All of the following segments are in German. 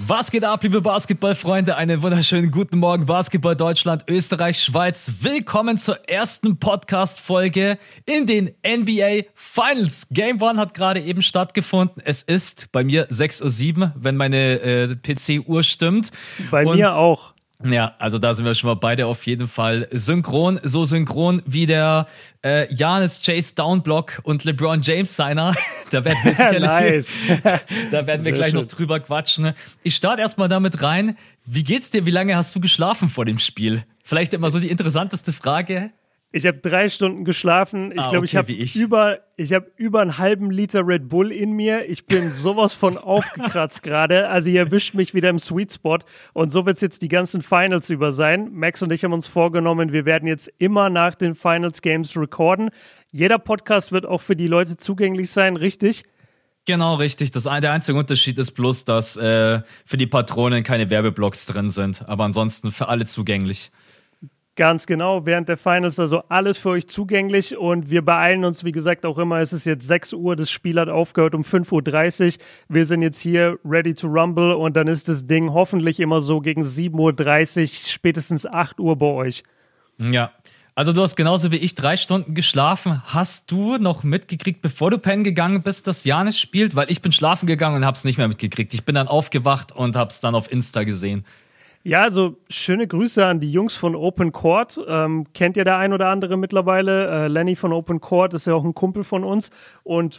Was geht ab, liebe Basketballfreunde? Einen wunderschönen guten Morgen, Basketball Deutschland, Österreich, Schweiz. Willkommen zur ersten Podcast-Folge in den NBA Finals. Game 1 hat gerade eben stattgefunden. Es ist bei mir 6:07 Uhr, wenn meine PC-Uhr stimmt. Bei mir auch. Ja, also da sind wir schon mal beide auf jeden Fall synchron. So synchron wie der Giannis Chase Downblock und LeBron James seiner. Da werden wir sicherlich nice. Da werden wir gleich noch drüber quatschen. Ich starte erstmal damit rein. Wie geht's dir? Wie lange hast du geschlafen vor dem Spiel? Vielleicht immer so die interessanteste Frage. Ich habe 3 Stunden geschlafen. Ich glaube, okay, ich habe über einen halben Liter Red Bull in mir. Ich bin sowas von aufgekratzt gerade. Also ihr erwischt mich wieder im Sweet Spot. Und so wird es jetzt die ganzen Finals über sein. Max und ich haben uns vorgenommen, wir werden jetzt immer nach den Finals Games recorden. Jeder Podcast wird auch für die Leute zugänglich sein, richtig? Genau, richtig. Der einzige Unterschied ist bloß, dass für die Patronen keine Werbeblocks drin sind. Aber ansonsten für alle zugänglich. Ganz genau, während der Finals, also alles für euch zugänglich und wir beeilen uns, wie gesagt, auch immer, es ist jetzt 6 Uhr, das Spiel hat aufgehört um 5:30 Uhr, wir sind jetzt hier ready to rumble und dann ist das Ding hoffentlich immer so gegen 7:30 Uhr, spätestens 8 Uhr bei euch. Ja, also du hast genauso wie ich 3 Stunden geschlafen. Hast du noch mitgekriegt, bevor du pennen gegangen bist, dass Giannis spielt? Weil ich bin schlafen gegangen und hab's nicht mehr mitgekriegt. Ich bin dann aufgewacht und hab's dann auf Insta gesehen. Ja, also schöne Grüße an die Jungs von Open Court. Kennt ja der ein oder andere mittlerweile. Lenny von Open Court ist ja auch ein Kumpel von uns. Und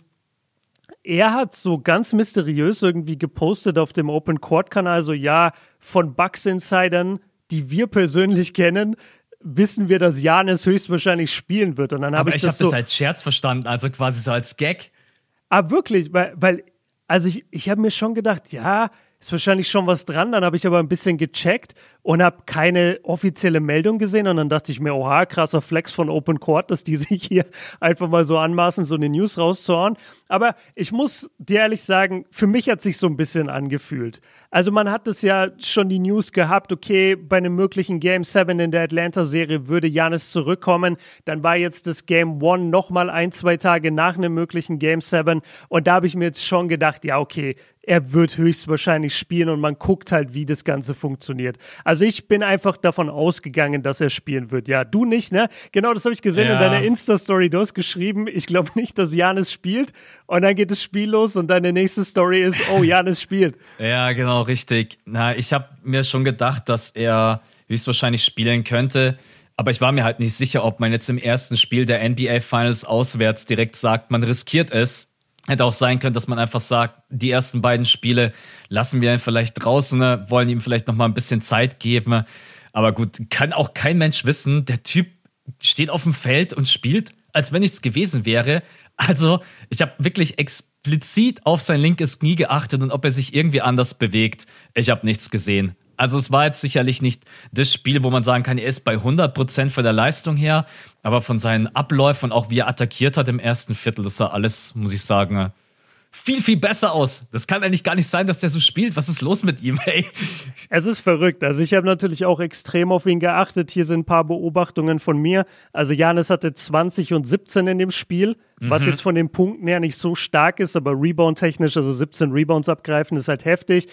er hat so ganz mysteriös irgendwie gepostet auf dem Open Court-Kanal, so ja, von Bucks-Insidern, die wir persönlich kennen, wissen wir, dass Giannis höchstwahrscheinlich spielen wird. Und dann Aber ich habe das als Scherz verstanden, also quasi so als Gag. Ah, wirklich? Weil also ich habe mir schon gedacht, ja, ist wahrscheinlich schon was dran. Dann habe ich aber ein bisschen gecheckt und habe keine offizielle Meldung gesehen. Und dann dachte ich mir, oha, krasser Flex von Open Court, dass die sich hier einfach mal so anmaßen, so eine News rauszuhauen. Aber ich muss dir ehrlich sagen, für mich hat es sich so ein bisschen angefühlt. Also man hat es ja schon die News gehabt, okay, bei einem möglichen Game 7 in der Atlanta-Serie würde Giannis zurückkommen. Dann war jetzt das Game 1 nochmal 1-2 Tage nach einem möglichen Game 7. Und da habe ich mir jetzt schon gedacht, ja, okay, er wird höchstwahrscheinlich spielen und man guckt halt, wie das Ganze funktioniert. Also ich bin einfach davon ausgegangen, dass er spielen wird. Ja, du nicht, ne? Genau, das habe ich gesehen in deiner Insta-Story. Du hast geschrieben, ich glaube nicht, dass Giannis spielt. Und dann geht das Spiel los und deine nächste Story ist, oh, Giannis spielt. Ja, genau, richtig. Na, ich habe mir schon gedacht, dass er höchstwahrscheinlich spielen könnte. Aber ich war mir halt nicht sicher, ob man jetzt im ersten Spiel der NBA Finals auswärts direkt sagt, man riskiert es. Hätte auch sein können, dass man einfach sagt, die ersten beiden Spiele lassen wir ihn vielleicht draußen, ne? Wollen ihm vielleicht noch mal ein bisschen Zeit geben. Aber gut, kann auch kein Mensch wissen. Der Typ steht auf dem Feld und spielt, als wenn nichts gewesen wäre. Also ich habe wirklich explizit auf sein linkes Knie geachtet und ob er sich irgendwie anders bewegt. Ich habe nichts gesehen. Also es war jetzt sicherlich nicht das Spiel, wo man sagen kann, er ist bei 100% von der Leistung her, aber von seinen Abläufen und auch wie er attackiert hat im ersten Viertel, das sah alles, muss ich sagen, viel, viel besser aus. Das kann eigentlich gar nicht sein, dass der so spielt. Was ist los mit ihm, ey? Es ist verrückt. Also ich habe natürlich auch extrem auf ihn geachtet. Hier sind ein paar Beobachtungen von mir. Also Giannis hatte 20 und 17 in dem Spiel, was jetzt von den Punkten her nicht so stark ist, aber Rebound-technisch, also 17 Rebounds abgreifen, ist halt heftig.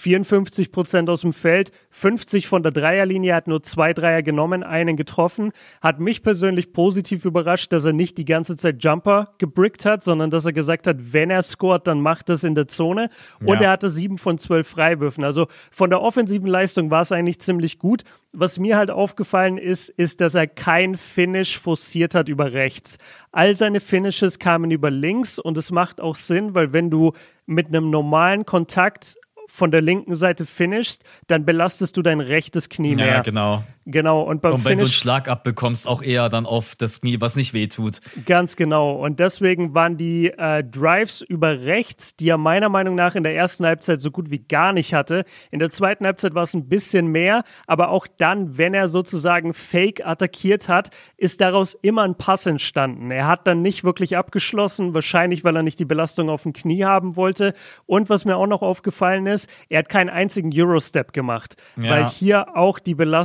54% aus dem Feld, 50 von der Dreierlinie, hat nur 2 Dreier genommen, einen getroffen. Hat mich persönlich positiv überrascht, dass er nicht die ganze Zeit Jumper gebrickt hat, sondern dass er gesagt hat, wenn er scoret, dann macht das in der Zone. Und er hatte 7 von 12 Freiwürfen. Also von der offensiven Leistung war es eigentlich ziemlich gut. Was mir halt aufgefallen ist, dass er kein Finish forciert hat über rechts. All seine Finishes kamen über links und es macht auch Sinn, weil wenn du mit einem normalen Kontakt von der linken Seite finishst, dann belastest du dein rechtes Knie mehr. Ja, genau. Genau. Und beim Und wenn Finish, du einen Schlag abbekommst, auch eher dann auf das Knie, was nicht wehtut. Ganz genau. Und deswegen waren die Drives über rechts, die er meiner Meinung nach in der ersten Halbzeit so gut wie gar nicht hatte. In der zweiten Halbzeit war es ein bisschen mehr, aber auch dann, wenn er sozusagen fake attackiert hat, ist daraus immer ein Pass entstanden. Er hat dann nicht wirklich abgeschlossen, wahrscheinlich, weil er nicht die Belastung auf dem Knie haben wollte. Und was mir auch noch aufgefallen ist, er hat keinen einzigen Eurostep gemacht, weil hier auch die Belastung sehr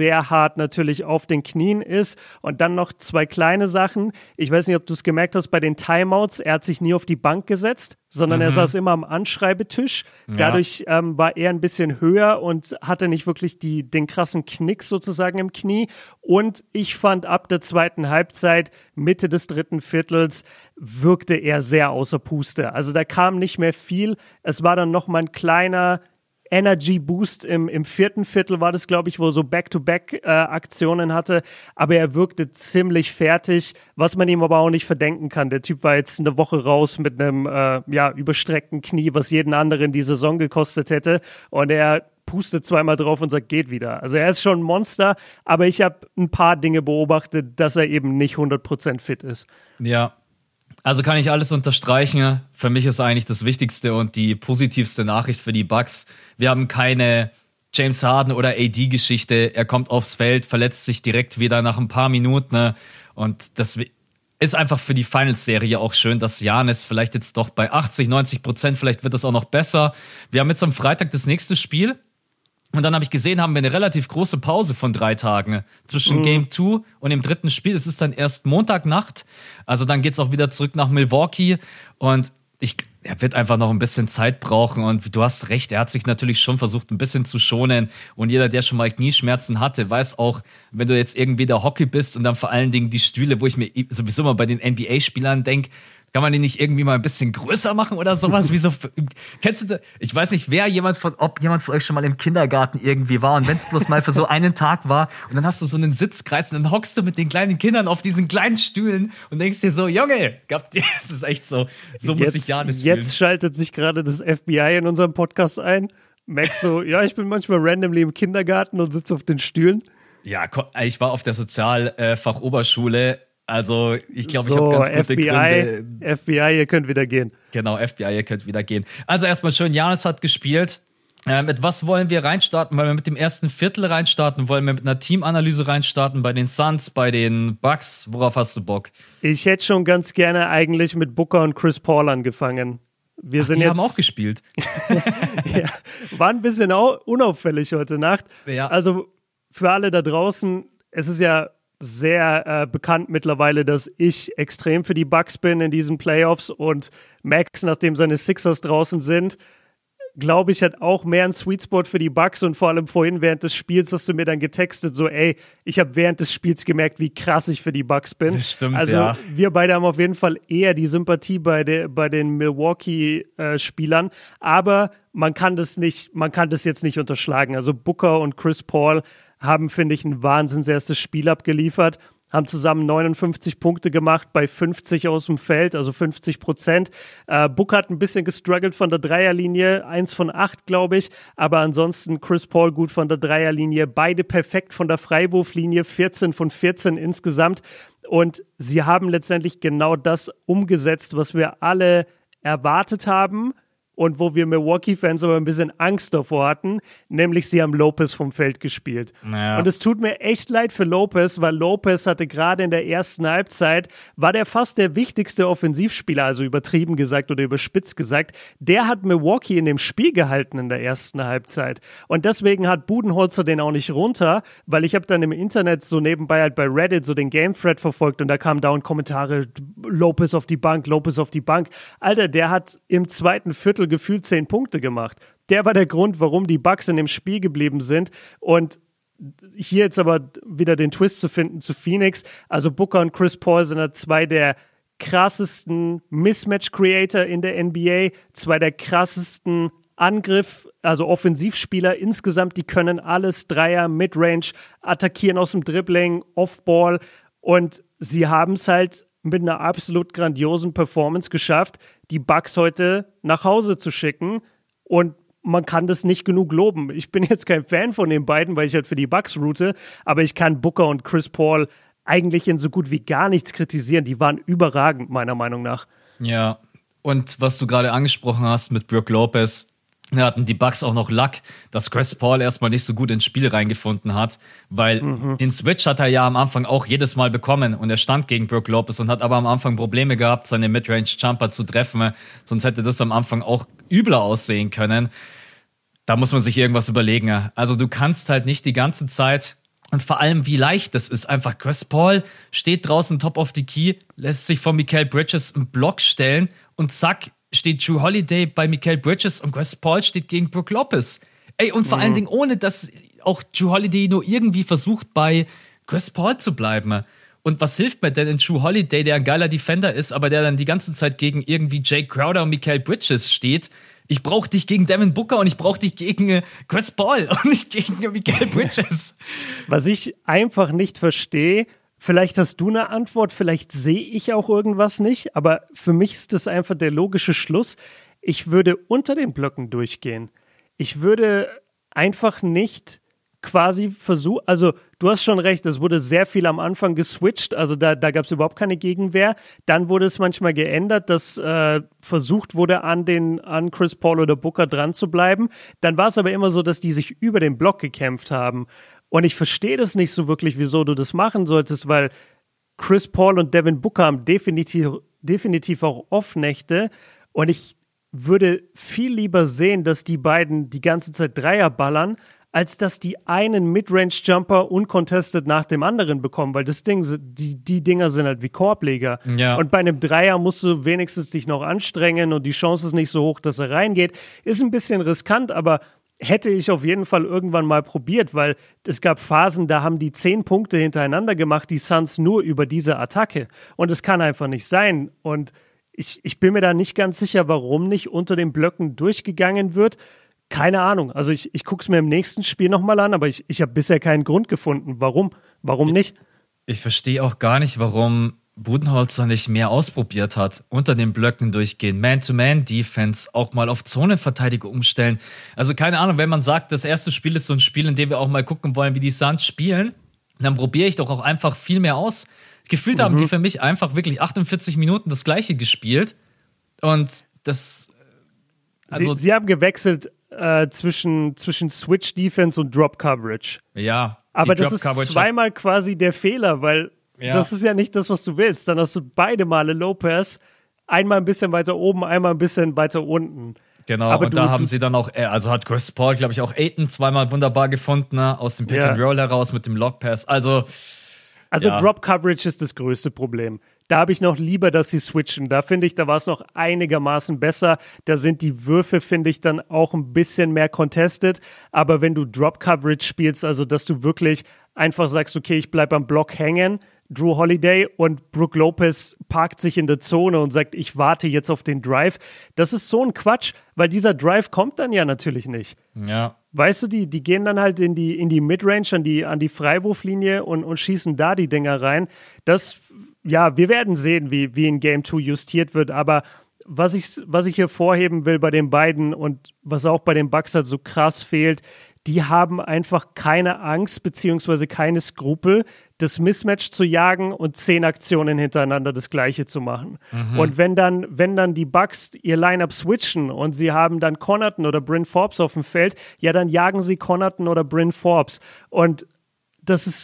sehr hart natürlich auf den Knien ist. Und dann noch 2 kleine Sachen. Ich weiß nicht, ob du es gemerkt hast bei den Timeouts. Er hat sich nie auf die Bank gesetzt, sondern er saß immer am Anschreibetisch. Dadurch war er ein bisschen höher und hatte nicht wirklich den krassen Knick sozusagen im Knie. Und ich fand, ab der zweiten Halbzeit, Mitte des dritten Viertels, wirkte er sehr außer Puste. Also da kam nicht mehr viel. Es war dann nochmal ein kleiner Energy-Boost im vierten Viertel war das, glaube ich, wo er so Back-to-Back-Aktionen hatte. Aber er wirkte ziemlich fertig, was man ihm aber auch nicht verdenken kann. Der Typ war jetzt eine Woche raus mit einem überstreckten Knie, was jeden anderen die Saison gekostet hätte. Und er pustet zweimal drauf und sagt, geht wieder. Also er ist schon ein Monster, aber ich habe ein paar Dinge beobachtet, dass er eben nicht 100% fit ist. Ja. Also kann ich alles unterstreichen. Für mich ist eigentlich das Wichtigste und die positivste Nachricht für die Bucks. Wir haben keine James Harden oder AD-Geschichte. Er kommt aufs Feld, verletzt sich direkt wieder nach ein paar Minuten. Ne? Und das ist einfach für die Finals-Serie auch schön, dass Giannis vielleicht jetzt doch bei 80-90%, vielleicht wird es auch noch besser. Wir haben jetzt am Freitag das nächste Spiel. Und dann habe ich gesehen, haben wir eine relativ große Pause von 3 Tagen zwischen Game 2 und dem dritten Spiel. Es ist dann erst Montagnacht. Also dann geht's auch wieder zurück nach Milwaukee. Und er wird einfach noch ein bisschen Zeit brauchen. Und du hast recht, er hat sich natürlich schon versucht, ein bisschen zu schonen. Und jeder, der schon mal Knieschmerzen hatte, weiß auch, wenn du jetzt irgendwie der Hockey bist und dann vor allen Dingen die Stühle, wo ich mir sowieso mal bei den NBA-Spielern denke, kann man die nicht irgendwie mal ein bisschen größer machen oder sowas? Wie so, kennst du, ich weiß nicht, ob jemand von euch schon mal im Kindergarten irgendwie war und wenn es bloß mal für so einen Tag war und dann hast du so einen Sitzkreis und dann hockst du mit den kleinen Kindern auf diesen kleinen Stühlen und denkst dir so, Junge, das ist echt so muss ich Giannis fühlen. Jetzt schaltet sich gerade das FBI in unserem Podcast ein. Max so, ja, ich bin manchmal randomly im Kindergarten und sitze auf den Stühlen. Ja, ich war auf der Sozialfachoberschule. Also, ich glaube, ich habe ganz gute Gründe. FBI, ihr könnt wieder gehen. Genau, FBI, ihr könnt wieder gehen. Also erstmal schön, Giannis hat gespielt. Mit was wollen wir reinstarten? Wollen wir mit dem ersten Viertel reinstarten? Wollen wir mit einer Teamanalyse reinstarten? Bei den Suns, bei den Bucks? Worauf hast du Bock? Ich hätte schon ganz gerne eigentlich mit Booker und Chris Paul angefangen. Die haben auch gespielt. Ja, war ein bisschen unauffällig heute Nacht. Ja. Also für alle da draußen, es ist ja sehr bekannt mittlerweile, dass ich extrem für die Bucks bin in diesen Playoffs und Max, nachdem seine Sixers draußen sind, glaube ich, hat auch mehr einen Sweet Spot für die Bucks und vor allem vorhin während des Spiels hast du mir dann getextet, so ich habe während des Spiels gemerkt, wie krass ich für die Bucks bin. Das stimmt, also ja. Wir beide haben auf jeden Fall eher die Sympathie bei den Milwaukee-Spielern, aber man kann das jetzt nicht unterschlagen. Also Booker und Chris Paul haben, finde ich, ein wahnsinns erstes Spiel abgeliefert, haben zusammen 59 Punkte gemacht bei 50 aus dem Feld, also 50%. Booker hat ein bisschen gestruggelt von der Dreierlinie, 1 von 8, glaube ich, aber ansonsten Chris Paul gut von der Dreierlinie, beide perfekt von der Freiwurflinie, 14 von 14 insgesamt und sie haben letztendlich genau das umgesetzt, was wir alle erwartet haben. Und wo wir Milwaukee-Fans aber ein bisschen Angst davor hatten, nämlich sie haben Lopez vom Feld gespielt. Ja. Und es tut mir echt leid für Lopez, weil Lopez hatte gerade in der ersten Halbzeit, war der fast der wichtigste Offensivspieler, also übertrieben gesagt oder überspitzt gesagt. Der hat Milwaukee in dem Spiel gehalten in der ersten Halbzeit. Und deswegen hat Budenholzer den auch nicht runter, weil ich habe dann im Internet so nebenbei halt bei Reddit so den Game-Thread verfolgt und da kamen dauernd Kommentare, Lopez auf die Bank, Lopez auf die Bank. Alter, der hat im zweiten Viertel gefühlt 10 Punkte gemacht. Der war der Grund, warum die Bucks in dem Spiel geblieben sind. Und hier jetzt aber wieder den Twist zu finden zu Phoenix. Also Booker und Chris Paul sind ja 2 der krassesten Mismatch-Creator in der NBA, 2 der krassesten also Offensivspieler insgesamt, die können alles, Dreier, Midrange, attackieren aus dem Dribbling, Offball und sie haben es halt mit einer absolut grandiosen Performance geschafft, die Bucks heute nach Hause zu schicken und man kann das nicht genug loben. Ich bin jetzt kein Fan von den beiden, weil ich halt für die Bucks route, aber ich kann Booker und Chris Paul eigentlich in so gut wie gar nichts kritisieren. Die waren überragend, meiner Meinung nach. Ja, und was du gerade angesprochen hast mit Brook Lopez, da hatten die Bucks auch noch Luck, dass Chris Paul erstmal nicht so gut ins Spiel reingefunden hat, weil den Switch hat er ja am Anfang auch jedes Mal bekommen und er stand gegen Brook Lopez und hat aber am Anfang Probleme gehabt, seine Midrange-Jumper zu treffen, sonst hätte das am Anfang auch übler aussehen können. Da muss man sich irgendwas überlegen. Also du kannst halt nicht die ganze Zeit Und vor allem, wie leicht das ist. Einfach Chris Paul steht draußen top of the key, lässt sich von Mikal Bridges einen Block stellen und zack, steht Jrue Holiday bei Mikal Bridges und Chris Paul steht gegen Brook Lopez. Ey, und vor allen Dingen ohne, dass auch Jrue Holiday nur irgendwie versucht, bei Chris Paul zu bleiben. Und was hilft mir denn in Jrue Holiday, der ein geiler Defender ist, aber der dann die ganze Zeit gegen irgendwie Jay Crowder und Mikal Bridges steht? Ich brauche dich gegen Devin Booker und ich brauche dich gegen Chris Paul und nicht gegen Mikal Bridges. Was ich einfach nicht verstehe, vielleicht hast du eine Antwort, vielleicht sehe ich auch irgendwas nicht, aber für mich ist das einfach der logische Schluss. Ich würde unter den Blöcken durchgehen. Ich würde einfach nicht quasi versuchen, also du hast schon recht, es wurde sehr viel am Anfang geswitcht, also da gab es überhaupt keine Gegenwehr. Dann wurde es manchmal geändert, dass versucht wurde, an Chris Paul oder Booker dran zu bleiben. Dann war es aber immer so, dass die sich über den Block gekämpft haben. Und ich verstehe das nicht so wirklich, wieso du das machen solltest, weil Chris Paul und Devin Booker haben definitiv auch Off-Nächte und ich würde viel lieber sehen, dass die beiden die ganze Zeit Dreier ballern, als dass die einen Midrange-Jumper uncontested nach dem anderen bekommen, weil die Dinger sind halt wie Korbleger. Ja. Und bei einem Dreier musst du wenigstens dich noch anstrengen und die Chance ist nicht so hoch, dass er reingeht. Ist ein bisschen riskant, aber hätte ich auf jeden Fall irgendwann mal probiert, weil es gab Phasen, da haben die 10 Punkte hintereinander gemacht, die Suns nur über diese Attacke. Und es kann einfach nicht sein. Und ich bin mir da nicht ganz sicher, warum nicht unter den Blöcken durchgegangen wird. Keine Ahnung. Also ich gucke es mir im nächsten Spiel nochmal an, aber ich habe bisher keinen Grund gefunden. Warum? Warum nicht? Ich verstehe auch gar nicht, warum Budenholzer nicht mehr ausprobiert hat. Unter den Blöcken durchgehen, Man-to-Man-Defense, auch mal auf Zonenverteidigung umstellen. Also keine Ahnung, wenn man sagt, das erste Spiel ist so ein Spiel, in dem wir auch mal gucken wollen, wie die Suns spielen, dann probiere ich doch auch einfach viel mehr aus. Gefühlt haben die für mich einfach wirklich 48 Minuten das Gleiche gespielt. Und das... Also Sie haben gewechselt zwischen Switch-Defense und Drop-Coverage. Ja. Aber das ist zweimal quasi der Fehler, weil das ist ja nicht das, was du willst. Dann hast du beide Male Lopez, einmal ein bisschen weiter oben, einmal ein bisschen weiter unten. Genau, aber und da haben sie dann auch, also hat Chris Paul, glaube ich, auch Ayton zweimal wunderbar gefunden, ne? Aus dem Pick-and-Roll heraus mit dem Lock-Pass. Also Drop-Coverage ist das größte Problem. Da habe ich noch lieber, dass sie switchen. Da finde ich, da war es noch einigermaßen besser. Da sind die Würfe, finde ich, dann auch ein bisschen mehr contested. Aber wenn du Drop-Coverage spielst, also dass du wirklich einfach sagst, okay, ich bleibe am Block hängen, Jrue Holiday und Brook Lopez parkt sich in der Zone und sagt, ich warte jetzt auf den Drive. Das ist so ein Quatsch, weil dieser Drive kommt dann ja natürlich nicht. Ja. Weißt du, die gehen dann halt in die Midrange, an die Freiwurflinie und schießen da die Dinger rein. Wir werden sehen, wie in Game 2 justiert wird, aber was ich hervorheben will bei den beiden und was auch bei den Bucks halt so krass fehlt, die haben einfach keine Angst beziehungsweise keine Skrupel, das Mismatch zu jagen und 10 Aktionen hintereinander das Gleiche zu machen. Und wenn dann die Bucks ihr Lineup switchen und sie haben dann Connaughton oder Bryn Forbes auf dem Feld, ja, dann jagen sie Connaughton oder Bryn Forbes. Und das ist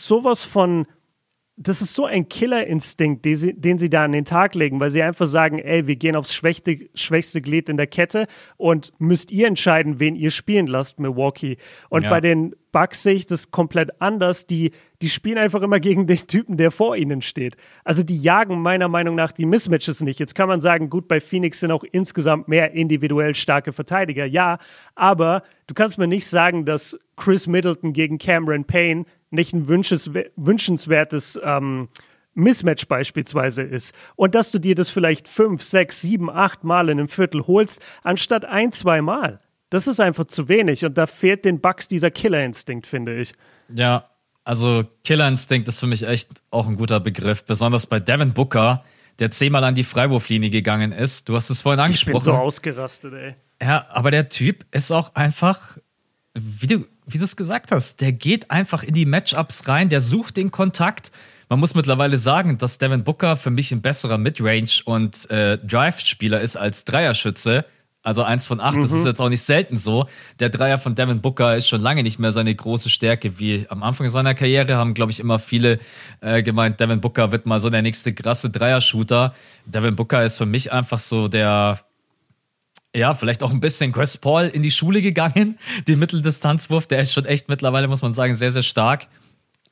das ist so ein Killerinstinkt, den sie da an den Tag legen, weil sie einfach sagen, ey, wir gehen aufs schwächste Glied in der Kette und müsst ihr entscheiden, wen ihr spielen lasst, Milwaukee. Und bei den Bucks sehe ich das komplett anders. Die spielen einfach immer gegen den Typen, der vor ihnen steht. Also die jagen meiner Meinung nach die Mismatches nicht. Jetzt kann man sagen, gut, bei Phoenix sind auch insgesamt mehr individuell starke Verteidiger. Ja, aber du kannst mir nicht sagen, dass Chris Middleton gegen Cameron Payne nicht ein wünschenswertes Mismatch beispielsweise ist. Und dass du dir das vielleicht 5, 6, 7, 8 Mal in einem Viertel holst, anstatt 1, 2 Mal. Das ist einfach zu wenig und da fehlt den Bucks dieser Killerinstinkt, finde ich. Ja, also Killerinstinkt ist für mich echt auch ein guter Begriff, besonders bei Devin Booker, der 10-mal an die Freiwurflinie gegangen ist. Du hast es vorhin angesprochen. Ich bin so ausgerastet, ey. Ja, aber der Typ ist auch einfach, wie du es gesagt hast, der geht einfach in die Matchups rein, der sucht den Kontakt. Man muss mittlerweile sagen, dass Devin Booker für mich ein besserer Midrange- und Drive-Spieler ist als Dreierschütze. Also 1 von 8, das ist jetzt auch nicht selten so. Der Dreier von Devin Booker ist schon lange nicht mehr seine große Stärke wie am Anfang seiner Karriere. Haben, glaube ich, immer viele gemeint, Devin Booker wird mal so der nächste krasse Dreier-Shooter. Devin Booker ist für mich einfach so der, ja, vielleicht auch ein bisschen Chris Paul in die Schule gegangen. Den Mitteldistanzwurf, der ist schon echt mittlerweile, muss man sagen, sehr, sehr stark.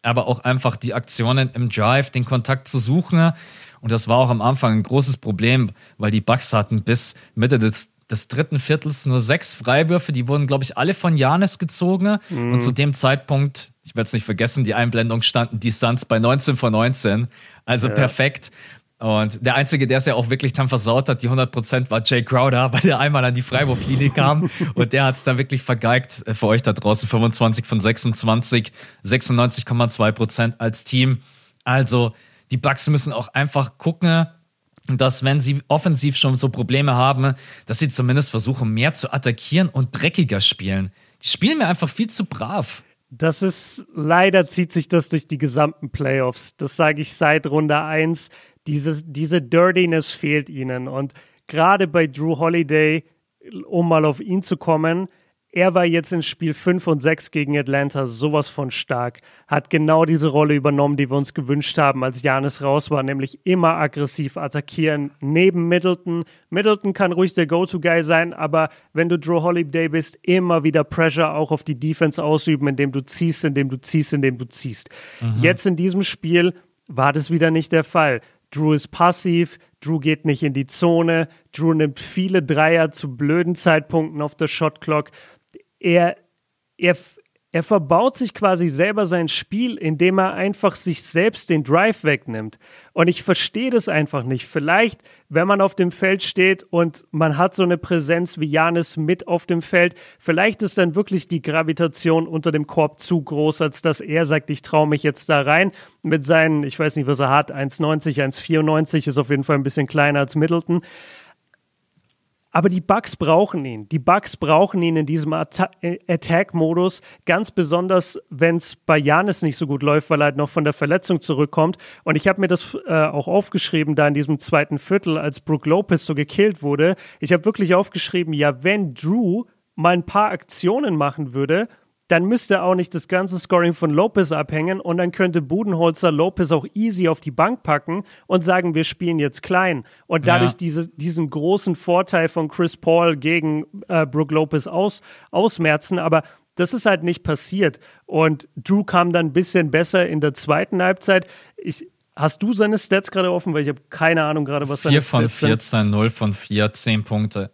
aber auch einfach die Aktionen im Drive, den Kontakt zu suchen. Und das war auch am Anfang ein großes Problem, weil die Bucks hatten bis Mitte des dritten Viertels nur 6 Freiwürfe. Die wurden, glaube ich, alle von Giannis gezogen. Und zu dem Zeitpunkt, ich werde es nicht vergessen, die Einblendung standen die Suns bei 19 von 19. Also perfekt. Und der Einzige, der es ja auch wirklich dann versaut hat, die 100%, war Jay Crowder, weil er einmal an die Freiwurflinie kam und der hat es dann wirklich vergeigt. Für euch da draußen 25 von 26, 96,2% als Team. Also die Bucks müssen auch einfach gucken, dass wenn sie offensiv schon so Probleme haben, dass sie zumindest versuchen, mehr zu attackieren und dreckiger spielen. Die spielen mir einfach viel zu brav. Leider zieht sich das durch die gesamten Playoffs. Das sage ich seit Runde 1. Diese Dirtiness fehlt ihnen. Und gerade bei Jrue Holiday, um mal auf ihn zu kommen, er war jetzt in Spiel 5 und 6 gegen Atlanta sowas von stark. Hat genau diese Rolle übernommen, die wir uns gewünscht haben, als Giannis raus war, nämlich immer aggressiv attackieren neben Middleton. Middleton kann ruhig der Go-To-Guy sein, aber wenn du Jrue Holiday bist, immer wieder Pressure auch auf die Defense ausüben, indem du ziehst. Jetzt in diesem Spiel war das wieder nicht der Fall. Jrue ist passiv, Jrue geht nicht in die Zone, Jrue nimmt viele Dreier zu blöden Zeitpunkten auf der Shotclock. Er verbaut sich quasi selber sein Spiel, indem er einfach sich selbst den Drive wegnimmt. Und ich verstehe das einfach nicht. Vielleicht, wenn man auf dem Feld steht und man hat so eine Präsenz wie Giannis mit auf dem Feld, vielleicht ist dann wirklich die Gravitation unter dem Korb zu groß, als dass er sagt, ich traue mich jetzt da rein. Mit seinen, ich weiß nicht, was er hat, 1,90, 1,94, ist auf jeden Fall ein bisschen kleiner als Middleton. Aber die Bucks brauchen ihn. Die Bucks brauchen ihn in diesem Attack-Modus, ganz besonders, wenn es bei Giannis nicht so gut läuft, weil er halt noch von der Verletzung zurückkommt. Und ich habe mir das auch aufgeschrieben, da in diesem zweiten Viertel, als Brook Lopez so gekillt wurde. Ich habe wirklich aufgeschrieben, ja, wenn Jrue mal ein paar Aktionen machen würde, dann müsste auch nicht das ganze Scoring von Lopez abhängen und dann könnte Budenholzer Lopez auch easy auf die Bank packen und sagen, wir spielen jetzt klein. Und dadurch diesen großen Vorteil von Chris Paul gegen Brook Lopez ausmerzen. Aber das ist halt nicht passiert. Und Jrue kam dann ein bisschen besser in der zweiten Halbzeit. Hast du seine Stats gerade offen? Weil ich habe keine Ahnung gerade, was seine Stats sind. 4 von 14, 0 von 4, 10 Punkte.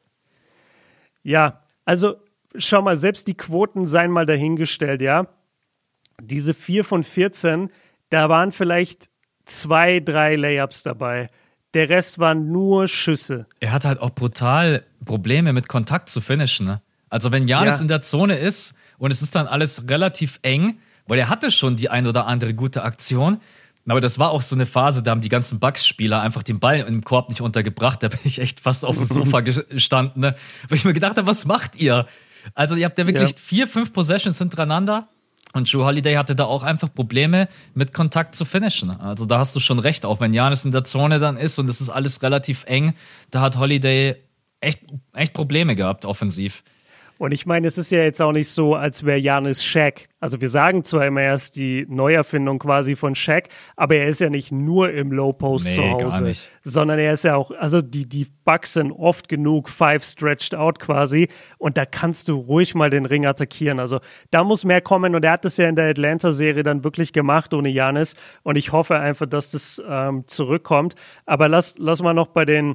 Ja, also schau mal, selbst die Quoten seien mal dahingestellt, ja. Diese 4 von 14, da waren vielleicht 2, 3 Layups dabei. Der Rest waren nur Schüsse. Er hat halt auch brutal Probleme mit Kontakt zu finishen, ne? Also wenn Giannis in der Zone ist und es ist dann alles relativ eng, weil er hatte schon die ein oder andere gute Aktion, aber das war auch so eine Phase, da haben die ganzen Bucks-Spieler einfach den Ball im Korb nicht untergebracht. Da bin ich echt fast auf dem Sofa gestanden, ne? Weil ich mir gedacht habe, was macht ihr? Also ihr habt ja wirklich 4, 5 Possessions hintereinander und Jrue Holiday hatte da auch einfach Probleme mit Kontakt zu finishen. Also da hast du schon recht, auch wenn Giannis in der Zone dann ist und es ist alles relativ eng, da hat Holiday echt Probleme gehabt offensiv. Und ich meine, es ist ja jetzt auch nicht so, als wäre Giannis Shaq. Also wir sagen zwar immer erst die Neuerfindung quasi von Shaq, aber er ist ja nicht nur im Low Post zu Hause, gar nicht. Sondern er ist ja auch, also die Bucks sind oft genug 5 stretched out quasi und da kannst du ruhig mal den Ring attackieren. Also da muss mehr kommen und er hat das ja in der Atlanta-Serie dann wirklich gemacht ohne Giannis und ich hoffe einfach, dass das zurückkommt. Aber lass mal noch bei den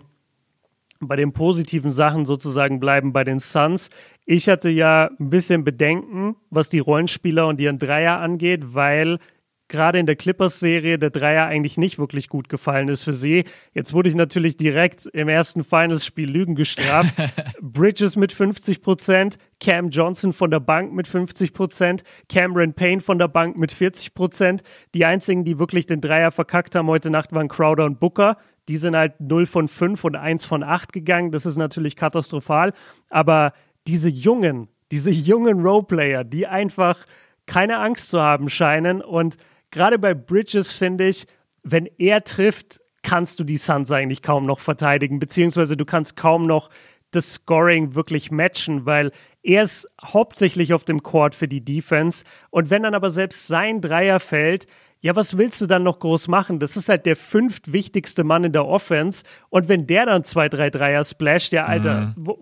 positiven Sachen sozusagen bleiben, bei den Suns. Ich hatte ja ein bisschen Bedenken, was die Rollenspieler und ihren Dreier angeht, weil gerade in der Clippers-Serie der Dreier eigentlich nicht wirklich gut gefallen ist für sie. Jetzt wurde ich natürlich direkt im ersten Finals-Spiel Lügen gestraft. Bridges mit 50%, Cam Johnson von der Bank mit 50%, Cameron Payne von der Bank mit 40%. Die einzigen, die wirklich den Dreier verkackt haben heute Nacht, waren Crowder und Booker. Die sind halt 0 von 5 und 1 von 8 gegangen. Das ist natürlich katastrophal. Aber diese jungen Roleplayer, die einfach keine Angst zu haben scheinen. Und gerade bei Bridges finde ich, wenn er trifft, kannst du die Suns eigentlich kaum noch verteidigen. Beziehungsweise du kannst kaum noch das Scoring wirklich matchen, weil er ist hauptsächlich auf dem Court für die Defense. Und wenn dann aber selbst sein Dreier fällt, ja, was willst du dann noch groß machen? Das ist halt der 5. wichtigste Mann in der Offense. Und wenn der dann 2, 3 Dreier splasht, ja, Alter,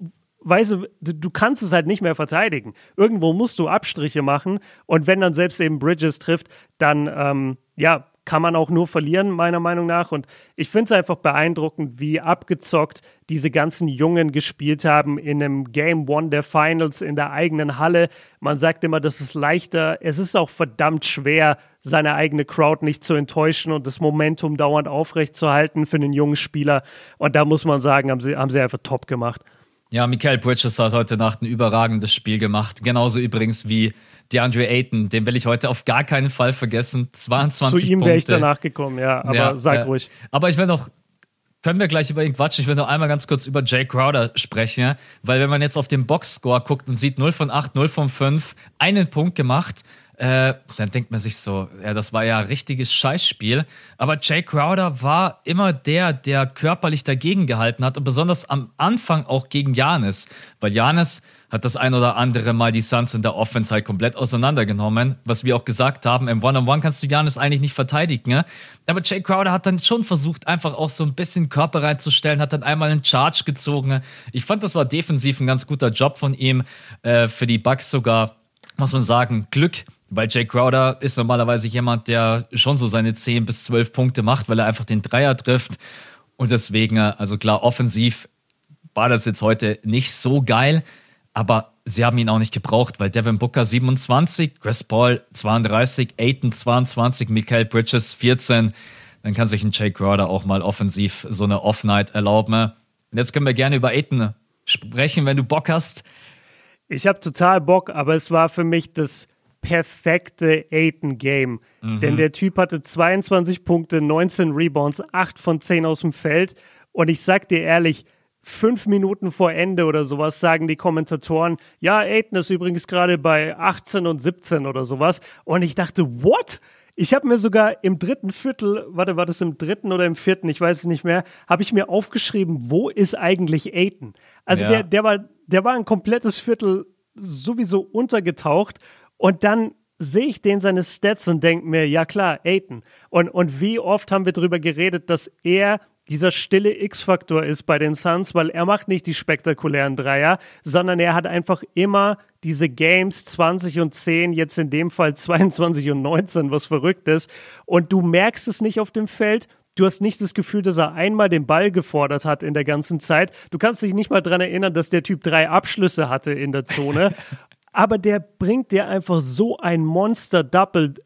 weißt du kannst es halt nicht mehr verteidigen. Irgendwo musst du Abstriche machen und wenn dann selbst eben Bridges trifft, dann, kann man auch nur verlieren, meiner Meinung nach. Und ich finde es einfach beeindruckend, wie abgezockt diese ganzen Jungen gespielt haben in einem Game One der Finals in der eigenen Halle. Man sagt immer, das ist leichter. Es ist auch verdammt schwer, seine eigene Crowd nicht zu enttäuschen und das Momentum dauernd aufrechtzuerhalten für einen jungen Spieler. Und da muss man sagen, haben sie einfach top gemacht. Ja, Mikal Bridges hat heute Nacht ein überragendes Spiel gemacht. Genauso übrigens wie DeAndre Ayton. Den will ich heute auf gar keinen Fall vergessen. 22 Punkte. Zu ihm wäre ich danach gekommen, ja. Aber sag ruhig. Aber ich will noch, können wir gleich über ihn quatschen, ich will noch einmal ganz kurz über Jay Crowder sprechen. Ja? Weil wenn man jetzt auf den Boxscore guckt und sieht 0 von 8, 0 von 5, einen Punkt gemacht, dann denkt man sich so, ja, das war ja ein richtiges Scheißspiel. Aber Jay Crowder war immer der körperlich dagegen gehalten hat und besonders am Anfang auch gegen Giannis. Weil Giannis hat das ein oder andere Mal die Suns in der Offense halt komplett auseinandergenommen. Was wir auch gesagt haben, im One-on-One kannst du Giannis eigentlich nicht verteidigen. Ne? Aber Jay Crowder hat dann schon versucht, einfach auch so ein bisschen Körper reinzustellen, hat dann einmal einen Charge gezogen. Ich fand, das war defensiv ein ganz guter Job von ihm. Für die Bucks sogar, muss man sagen, Glück. Weil Jay Crowder ist normalerweise jemand, der schon so seine 10 bis 12 Punkte macht, weil er einfach den Dreier trifft. Und deswegen, also klar, offensiv war das jetzt heute nicht so geil. Aber sie haben ihn auch nicht gebraucht, weil Devin Booker 27, Chris Paul 32, Ayton 22, Mikal Bridges 14. Dann kann sich ein Jay Crowder auch mal offensiv so eine Off-Night erlauben. Und jetzt können wir gerne über Ayton sprechen, wenn du Bock hast. Ich habe total Bock, aber es war für mich das perfekte Ayton-Game. Denn der Typ hatte 22 Punkte, 19 Rebounds, 8 von 10 aus dem Feld. Und ich sag dir ehrlich, 5 Minuten vor Ende oder sowas sagen die Kommentatoren, ja, Ayton ist übrigens gerade bei 18 und 17 oder sowas. Und ich dachte, what? Ich habe mir sogar im dritten Viertel, war das im dritten oder im vierten, ich weiß es nicht mehr, habe ich mir aufgeschrieben, wo ist eigentlich Ayton? Also ja. der war ein komplettes Viertel sowieso untergetaucht. Und dann sehe ich den seine Stats und denke mir, ja klar, Ayton. Und wie oft haben wir darüber geredet, dass er dieser stille X-Faktor ist bei den Suns, weil er macht nicht die spektakulären Dreier, sondern er hat einfach immer diese Games 20 und 10, jetzt in dem Fall 22 und 19, was verrückt ist. Und du merkst es nicht auf dem Feld. Du hast nicht das Gefühl, dass er einmal den Ball gefordert hat in der ganzen Zeit. Du kannst dich nicht mal daran erinnern, dass der Typ 3 Abschlüsse hatte in der Zone. Aber der bringt dir einfach so ein Monster-Double,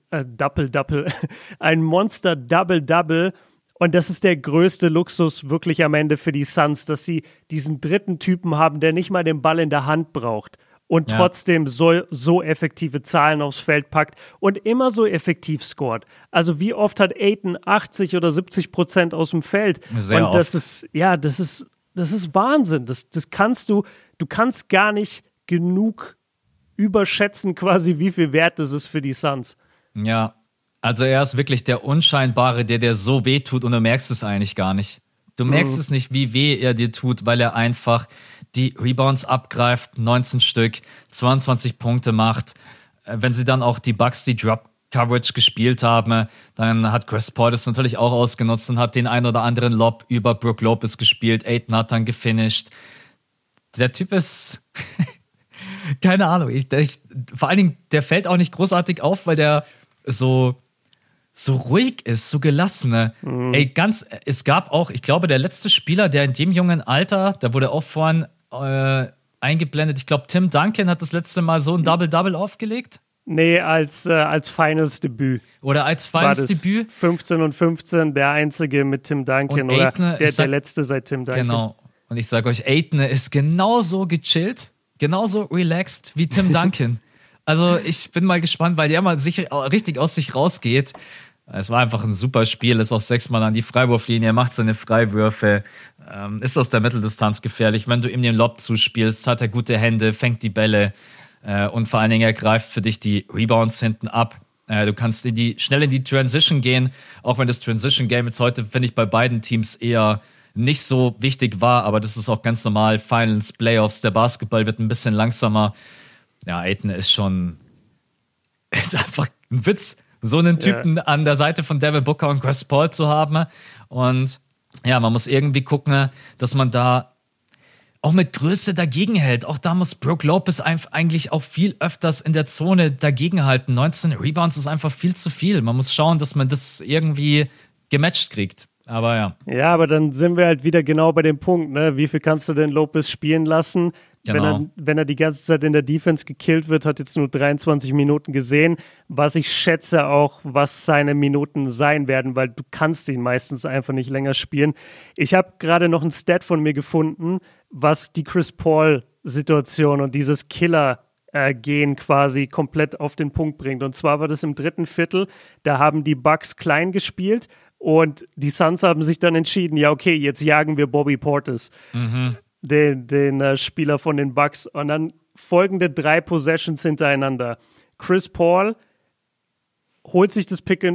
ein Monster-Double-Double. Und das ist der größte Luxus wirklich am Ende für die Suns, dass sie diesen dritten Typen haben, der nicht mal den Ball in der Hand braucht und trotzdem so effektive Zahlen aufs Feld packt und immer so effektiv scored. Also wie oft hat Ayton 80 oder 70% aus dem Feld? Sehr und das oft. das ist Wahnsinn. Du kannst gar nicht genug überschätzen quasi, wie viel wert das ist für die Suns. Ja, also er ist wirklich der Unscheinbare, der dir so weh tut und du merkst es eigentlich gar nicht. Du merkst es nicht, wie weh er dir tut, weil er einfach die Rebounds abgreift, 19 Stück, 22 Punkte macht. Wenn sie dann auch die Bucks, die Drop-Coverage gespielt haben, dann hat Chris Paul das natürlich auch ausgenutzt und hat den ein oder anderen Lob über Brook Lopez gespielt. Ayton hat dann gefinisht. Der Typ ist... Keine Ahnung. Vor allen Dingen, der fällt auch nicht großartig auf, weil der so ruhig ist, so gelassen. Ne? Es gab auch, ich glaube, der letzte Spieler, der in dem jungen Alter, da wurde auch vorhin eingeblendet, ich glaube, Tim Duncan hat das letzte Mal so ein Double-Double aufgelegt. Nee, als Finals-Debüt. Oder als Finals-Debüt. 15 und 15, der einzige mit Tim Duncan und oder Ayton, der letzte seit Tim Duncan. Genau. Und ich sage euch, Ayton ist genauso gechillt, genauso relaxed wie Tim Duncan. Also ich bin mal gespannt, weil der mal richtig aus sich rausgeht. Es war einfach ein super Spiel, ist auch 6-mal an die Freiwurflinie, macht seine Freiwürfe, ist aus der Mitteldistanz gefährlich. Wenn du ihm den Lob zuspielst, hat er gute Hände, fängt die Bälle und vor allen Dingen er greift für dich die Rebounds hinten ab. Du kannst schnell in die Transition gehen, auch wenn das Transition Game jetzt heute, finde ich, bei beiden Teams eher nicht so wichtig war, aber das ist auch ganz normal. Finals, Playoffs, der Basketball wird ein bisschen langsamer. Ja, Ayton ist einfach ein Witz, so einen Typen an der Seite von Devin Booker und Chris Paul zu haben. Und ja, man muss irgendwie gucken, dass man da auch mit Größe dagegen hält. Auch da muss Brook Lopez eigentlich auch viel öfters in der Zone dagegenhalten. 19 Rebounds ist einfach viel zu viel. Man muss schauen, dass man das irgendwie gematcht kriegt. Aber ja. Ja, aber dann sind wir halt wieder genau bei dem Punkt, ne? Wie viel kannst du denn Lopez spielen lassen? Genau. Wenn er die ganze Zeit in der Defense gekillt wird, hat jetzt nur 23 Minuten gesehen, was ich schätze auch, was seine Minuten sein werden, weil du kannst ihn meistens einfach nicht länger spielen. Ich habe gerade noch ein Stat von mir gefunden, was die Chris Paul-Situation und dieses Killer-Gehen quasi komplett auf den Punkt bringt. Und zwar war das im dritten Viertel, da haben die Bucks klein gespielt und die Suns haben sich dann entschieden, ja okay, jetzt jagen wir Bobby Portis. Den Spieler von den Bucks. Und dann folgende 3 Possessions hintereinander. Chris Paul holt sich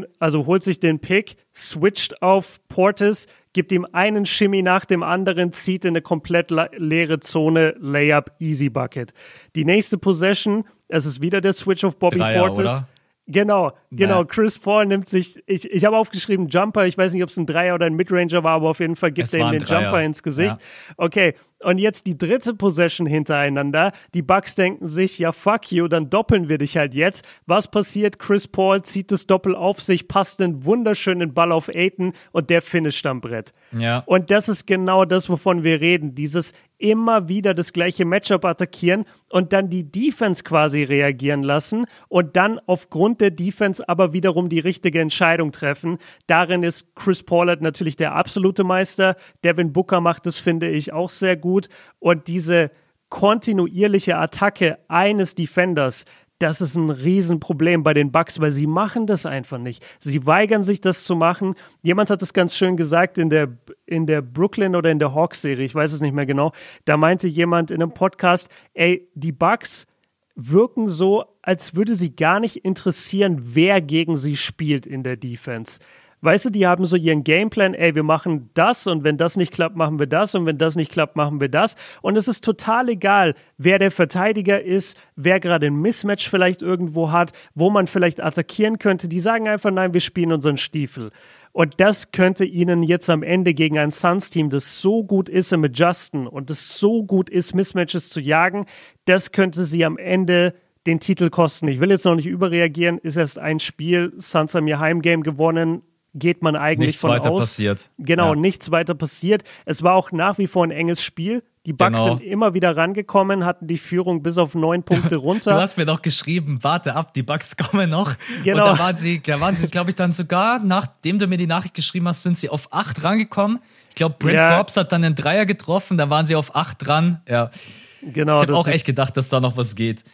den Pick, switcht auf Portis, gibt ihm einen Shimmy nach dem anderen, zieht in eine komplett leere Zone, Layup, Easy Bucket. Die nächste Possession, es ist wieder der Switch auf Bobby Dreier, Portis. oder? Genau. Chris Paul nimmt sich, ich habe aufgeschrieben Jumper, ich weiß nicht, ob es ein Dreier oder ein Midranger war, aber auf jeden Fall gibt er ihm den Jumper ins Gesicht. Ja. Okay, und jetzt die dritte Possession hintereinander. Die Bucks denken sich, ja fuck you, dann doppeln wir dich halt jetzt. Was passiert? Chris Paul zieht das Doppel auf sich, passt einen wunderschönen Ball auf Ayton und der finisht am Brett. Ja. Und das ist genau das, wovon wir reden. Dieses immer wieder das gleiche Matchup attackieren und dann die Defense quasi reagieren lassen und dann aufgrund der Defense aber wiederum die richtige Entscheidung treffen. Darin ist Chris Paul halt natürlich der absolute Meister. Devin Booker macht das, finde ich, auch sehr gut. Und diese kontinuierliche Attacke eines Defenders, das ist ein Riesenproblem bei den Bucks, weil sie machen das einfach nicht. Sie weigern sich, das zu machen. Jemand hat das ganz schön gesagt in der Brooklyn oder in der Hawks-Serie, ich weiß es nicht mehr genau. Da meinte jemand in einem Podcast, ey, die Bucks wirken so, als würde sie gar nicht interessieren, wer gegen sie spielt in der Defense. Weißt du, die haben so ihren Gameplan, ey, wir machen das und wenn das nicht klappt, machen wir das und wenn das nicht klappt, machen wir das. Und es ist total egal, wer der Verteidiger ist, wer gerade ein Mismatch vielleicht irgendwo hat, wo man vielleicht attackieren könnte. Die sagen einfach, nein, wir spielen unseren Stiefel. Und das könnte ihnen jetzt am Ende gegen ein Suns-Team, das so gut ist im Adjusten und das so gut ist, Mismatches zu jagen, das könnte sie am Ende den Titel kosten. Ich will jetzt noch nicht überreagieren, ist erst ein Spiel, Suns haben ihr Heimgame gewonnen, geht man eigentlich nichts von weiter aus. Passiert. Genau, ja. Nichts weiter passiert. Es war auch nach wie vor ein enges Spiel. Die Bucks sind immer wieder rangekommen, hatten die Führung bis auf 9 Punkte runter. Du hast mir doch geschrieben, warte ab, die Bucks kommen noch. Genau. Und da waren sie glaube ich, dann sogar, nachdem du mir die Nachricht geschrieben hast, sind sie auf 8 rangekommen. Ich glaube, Brent Forbes hat dann einen Dreier getroffen, da waren sie auf 8 dran. Ja. Genau. Ich habe auch echt gedacht, dass da noch was geht.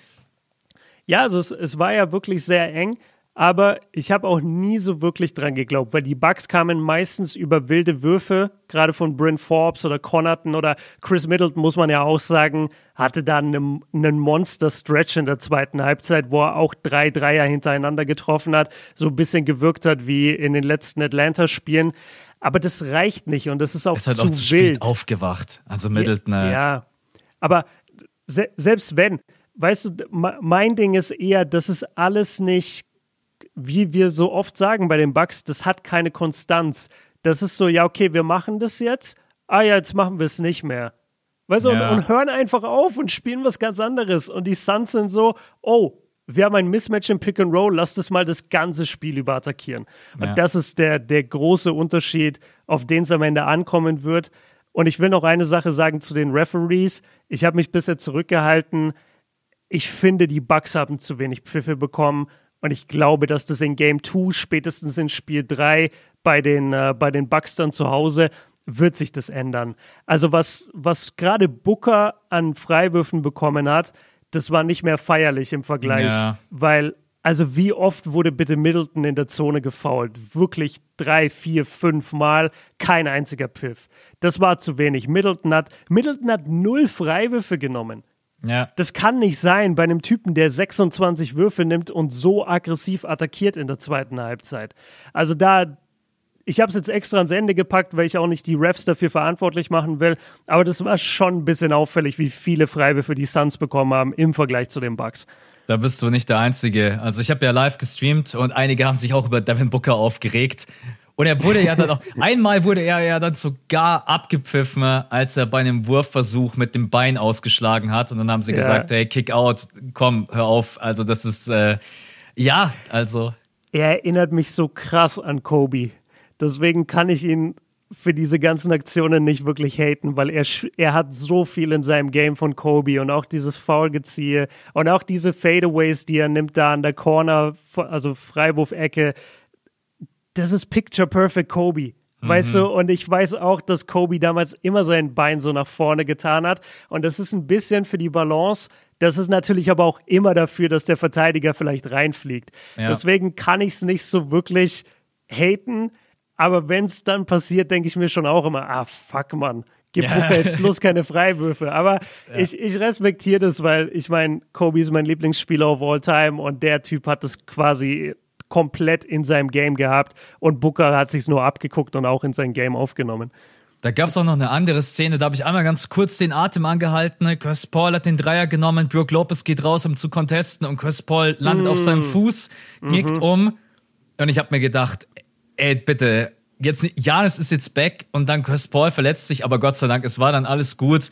Ja, also es war ja wirklich sehr eng. Aber ich habe auch nie so wirklich dran geglaubt, weil die Bucks kamen meistens über wilde Würfe, gerade von Brent Forbes oder Connaughton oder Chris Middleton, muss man ja auch sagen, hatte da einen Monster-Stretch in der zweiten Halbzeit, wo er auch 3 Dreier hintereinander getroffen hat, so ein bisschen gewirkt hat wie in den letzten Atlanta-Spielen. Aber das reicht nicht und das ist auch zu wild. Ist halt auch zu spät aufgewacht, also Middleton. Ja, aber selbst wenn, weißt du, mein Ding ist eher, das ist alles nicht, wie wir so oft sagen bei den Bucks, das hat keine Konstanz. Das ist so, ja, okay, wir machen das jetzt. Ja, jetzt machen wir es nicht mehr. Weißt du, und hören einfach auf und spielen was ganz anderes. Und die Suns sind so, oh, wir haben ein Mismatch im Pick and Roll, lass das mal das ganze Spiel über attackieren. Und das ist der große Unterschied, auf den es am Ende ankommen wird. Und ich will noch eine Sache sagen zu den Referees. Ich habe mich bisher zurückgehalten. Ich finde, die Bucks haben zu wenig Pfiffe bekommen. Und ich glaube, dass das in Game 2, spätestens in Spiel 3 bei den Bucks dann zu Hause, wird sich das ändern. Also was gerade Booker an Freiwürfen bekommen hat, das war nicht mehr feierlich im Vergleich. Ja. Weil, also wie oft wurde bitte Middleton in der Zone gefoult? Wirklich 3, 4, 5 Mal, kein einziger Pfiff. Das war zu wenig. Middleton hat 0 Freiwürfe genommen. Ja. Das kann nicht sein bei einem Typen, der 26 Würfe nimmt und so aggressiv attackiert in der zweiten Halbzeit. Also ich habe es jetzt extra ans Ende gepackt, weil ich auch nicht die Refs dafür verantwortlich machen will, aber das war schon ein bisschen auffällig, wie viele Freiwürfe die Suns bekommen haben im Vergleich zu den Bucks. Da bist du nicht der Einzige. Also ich habe ja live gestreamt und einige haben sich auch über Devin Booker aufgeregt. Und er wurde ja dann auch, einmal wurde er ja dann sogar abgepfiffen, als er bei einem Wurfversuch mit dem Bein ausgeschlagen hat. Und dann haben sie gesagt, hey, Kick out, komm, hör auf. Also das ist, also. Er erinnert mich so krass an Kobe. Deswegen kann ich ihn für diese ganzen Aktionen nicht wirklich haten, weil er hat so viel in seinem Game von Kobe und auch dieses Foulgeziehe und auch diese Fadeaways, die er nimmt da an der Corner, also Freiwurfecke. Das ist Picture Perfect Kobe, weißt du? Und ich weiß auch, dass Kobe damals immer sein Bein so nach vorne getan hat. Und das ist ein bisschen für die Balance. Das ist natürlich aber auch immer dafür, dass der Verteidiger vielleicht reinfliegt. Ja. Deswegen kann ich es nicht so wirklich haten. Aber wenn es dann passiert, denke ich mir schon auch immer, fuck, Mann. Gib Booker jetzt bloß keine Freiwürfe. Aber ich respektiere das, weil ich meine, Kobe ist mein Lieblingsspieler of all time und der Typ hat das quasi komplett in seinem Game gehabt und Booker hat sich's nur abgeguckt und auch in sein Game aufgenommen. Da gab es auch noch eine andere Szene, da habe ich einmal ganz kurz den Atem angehalten. Chris Paul hat den Dreier genommen, Brook Lopez geht raus, um zu contesten und Chris Paul landet auf seinem Fuß, knickt um und ich habe mir gedacht, ey, bitte, jetzt Giannis ist jetzt back und dann Chris Paul verletzt sich, aber Gott sei Dank, es war dann alles gut.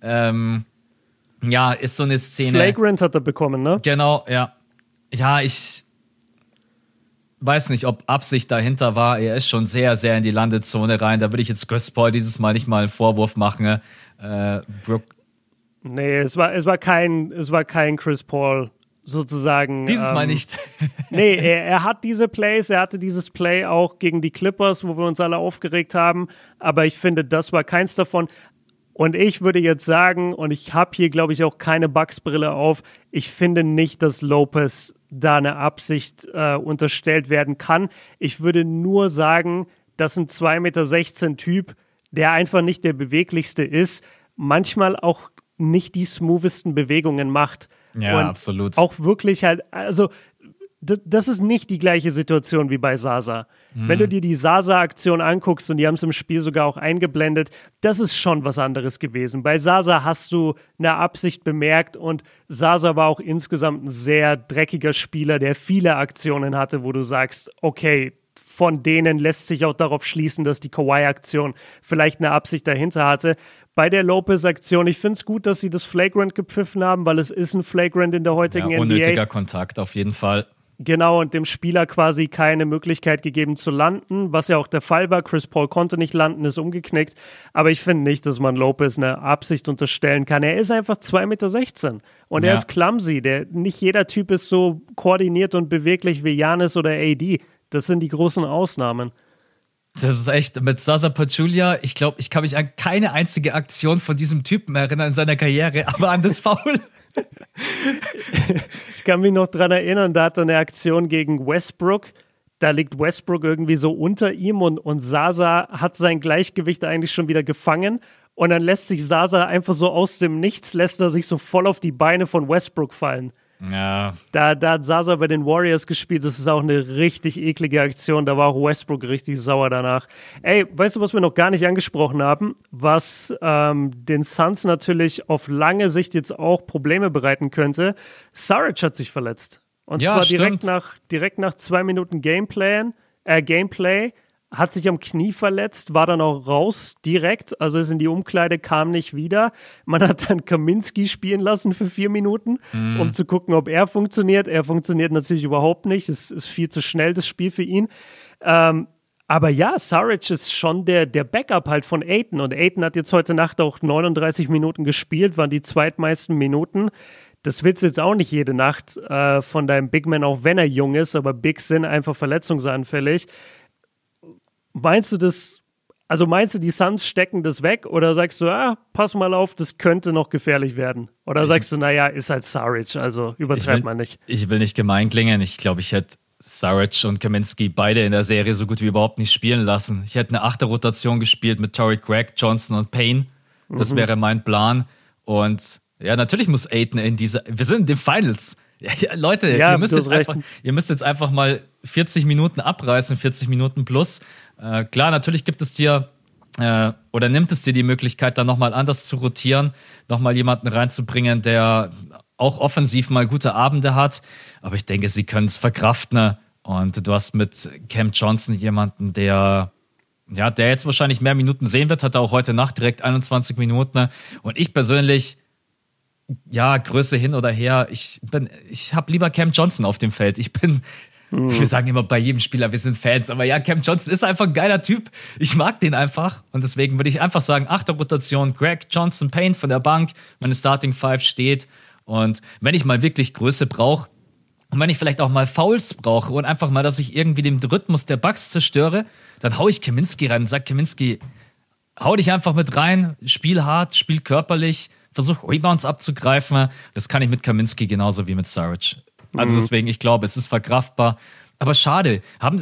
Ist so eine Szene. Flagrant hat er bekommen, ne? Genau, ja. Ja, ich weiß nicht, ob Absicht dahinter war. Er ist schon sehr, sehr in die Landezone rein. Da würde ich jetzt Chris Paul dieses Mal nicht mal einen Vorwurf machen. Nee, es war kein Chris Paul sozusagen. Dieses Mal nicht. Nee, er hat diese Plays, er hatte dieses Play auch gegen die Clippers, wo wir uns alle aufgeregt haben. Aber ich finde, das war keins davon. Und ich würde jetzt sagen, und ich habe hier, glaube ich, auch keine Bucks-Brille auf, ich finde nicht, dass Lopez da eine Absicht unterstellt werden kann. Ich würde nur sagen, dass ein 2,16 Meter Typ, der einfach nicht der beweglichste ist, manchmal auch nicht die smoothesten Bewegungen macht. Ja, und absolut. Auch wirklich halt, also das ist nicht die gleiche Situation wie bei Zaza. Wenn du dir die Zaza-Aktion anguckst, und die haben es im Spiel sogar auch eingeblendet, das ist schon was anderes gewesen. Bei Zaza hast du eine Absicht bemerkt und Zaza war auch insgesamt ein sehr dreckiger Spieler, der viele Aktionen hatte, wo du sagst, okay, von denen lässt sich auch darauf schließen, dass die Kawhi-Aktion vielleicht eine Absicht dahinter hatte. Bei der Lopez-Aktion, ich finde es gut, dass sie das Flagrant gepfiffen haben, weil es ist ein Flagrant in der heutigen NBA. Unnötiger Kontakt auf jeden Fall. Genau, und dem Spieler quasi keine Möglichkeit gegeben zu landen, was ja auch der Fall war. Chris Paul konnte nicht landen, ist umgeknickt. Aber ich finde nicht, dass man Lopez eine Absicht unterstellen kann. Er ist einfach 2,16 Meter und er ist clumsy. Nicht jeder Typ ist so koordiniert und beweglich wie Giannis oder AD. Das sind die großen Ausnahmen. Das ist echt, mit Zaza Pachulia, ich glaube, ich kann mich an keine einzige Aktion von diesem Typen erinnern in seiner Karriere, aber an das Foul. Ich kann mich noch dran erinnern, da hat er eine Aktion gegen Westbrook. Da liegt Westbrook irgendwie so unter ihm und Zaza hat sein Gleichgewicht eigentlich schon wieder gefangen. Und dann lässt sich Zaza einfach so aus dem Nichts, lässt er sich so voll auf die Beine von Westbrook fallen. Ja. Da hat Zaza bei den Warriors gespielt. Das ist auch eine richtig eklige Aktion. Da war auch Westbrook richtig sauer danach. Ey, weißt du, was wir noch gar nicht angesprochen haben? Was den Suns natürlich auf lange Sicht jetzt auch Probleme bereiten könnte. Saric hat sich verletzt. Und zwar direkt nach 2 Minuten Gameplay. Hat sich am Knie verletzt, war dann auch raus direkt, also ist in die Umkleide, kam nicht wieder. Man hat dann Kaminski spielen lassen für 4 Minuten, um zu gucken, ob er funktioniert. Er funktioniert natürlich überhaupt nicht, es ist viel zu schnell, das Spiel für ihn. Aber ja, Saric ist schon der Backup halt von Ayton und Ayton hat jetzt heute Nacht auch 39 Minuten gespielt, waren die zweitmeisten Minuten. Das willst du jetzt auch nicht jede Nacht von deinem Big Man, auch wenn er jung ist, aber Bigs sind einfach verletzungsanfällig. Meinst du, die Suns stecken das weg oder sagst du, pass mal auf, das könnte noch gefährlich werden? Oder sagst du, naja, ist halt Saric, also übertreibt man nicht. Ich will nicht gemein klingen. Ich glaube, ich hätte Saric und Kaminski beide in der Serie so gut wie überhaupt nicht spielen lassen. Ich hätte eine 8. Rotation gespielt mit Torrey Craig, Johnson und Payne. Das wäre mein Plan. Und ja, natürlich muss Ayton wir sind in den Finals. Ja, Leute, ihr müsst jetzt einfach mal 40 Minuten abreißen, 40 Minuten plus. Klar, natürlich gibt es dir oder nimmt es dir die Möglichkeit, dann nochmal anders zu rotieren, nochmal jemanden reinzubringen, der auch offensiv mal gute Abende hat. Aber ich denke, sie können es verkraften. Und du hast mit Cam Johnson jemanden, der jetzt wahrscheinlich mehr Minuten sehen wird, hat er auch heute Nacht direkt 21 Minuten. Und ich persönlich, ja, Größe hin oder her, ich habe lieber Cam Johnson auf dem Feld. Wir sagen immer bei jedem Spieler, wir sind Fans, aber ja, Cam Johnson ist einfach ein geiler Typ. Ich mag den einfach und deswegen würde ich einfach sagen, 8. Rotation, Greg Johnson, Payne von der Bank, meine Starting Five steht und wenn ich mal wirklich Größe brauche und wenn ich vielleicht auch mal Fouls brauche und einfach mal, dass ich irgendwie den Rhythmus der Bucks zerstöre, dann hau ich Kaminsky rein und sag, Kaminsky, hau dich einfach mit rein, spiel hart, spiel körperlich, versuch Rebounds abzugreifen. Das kann ich mit Kaminsky genauso wie mit Saric. Also deswegen, ich glaube, es ist verkraftbar. Aber schade,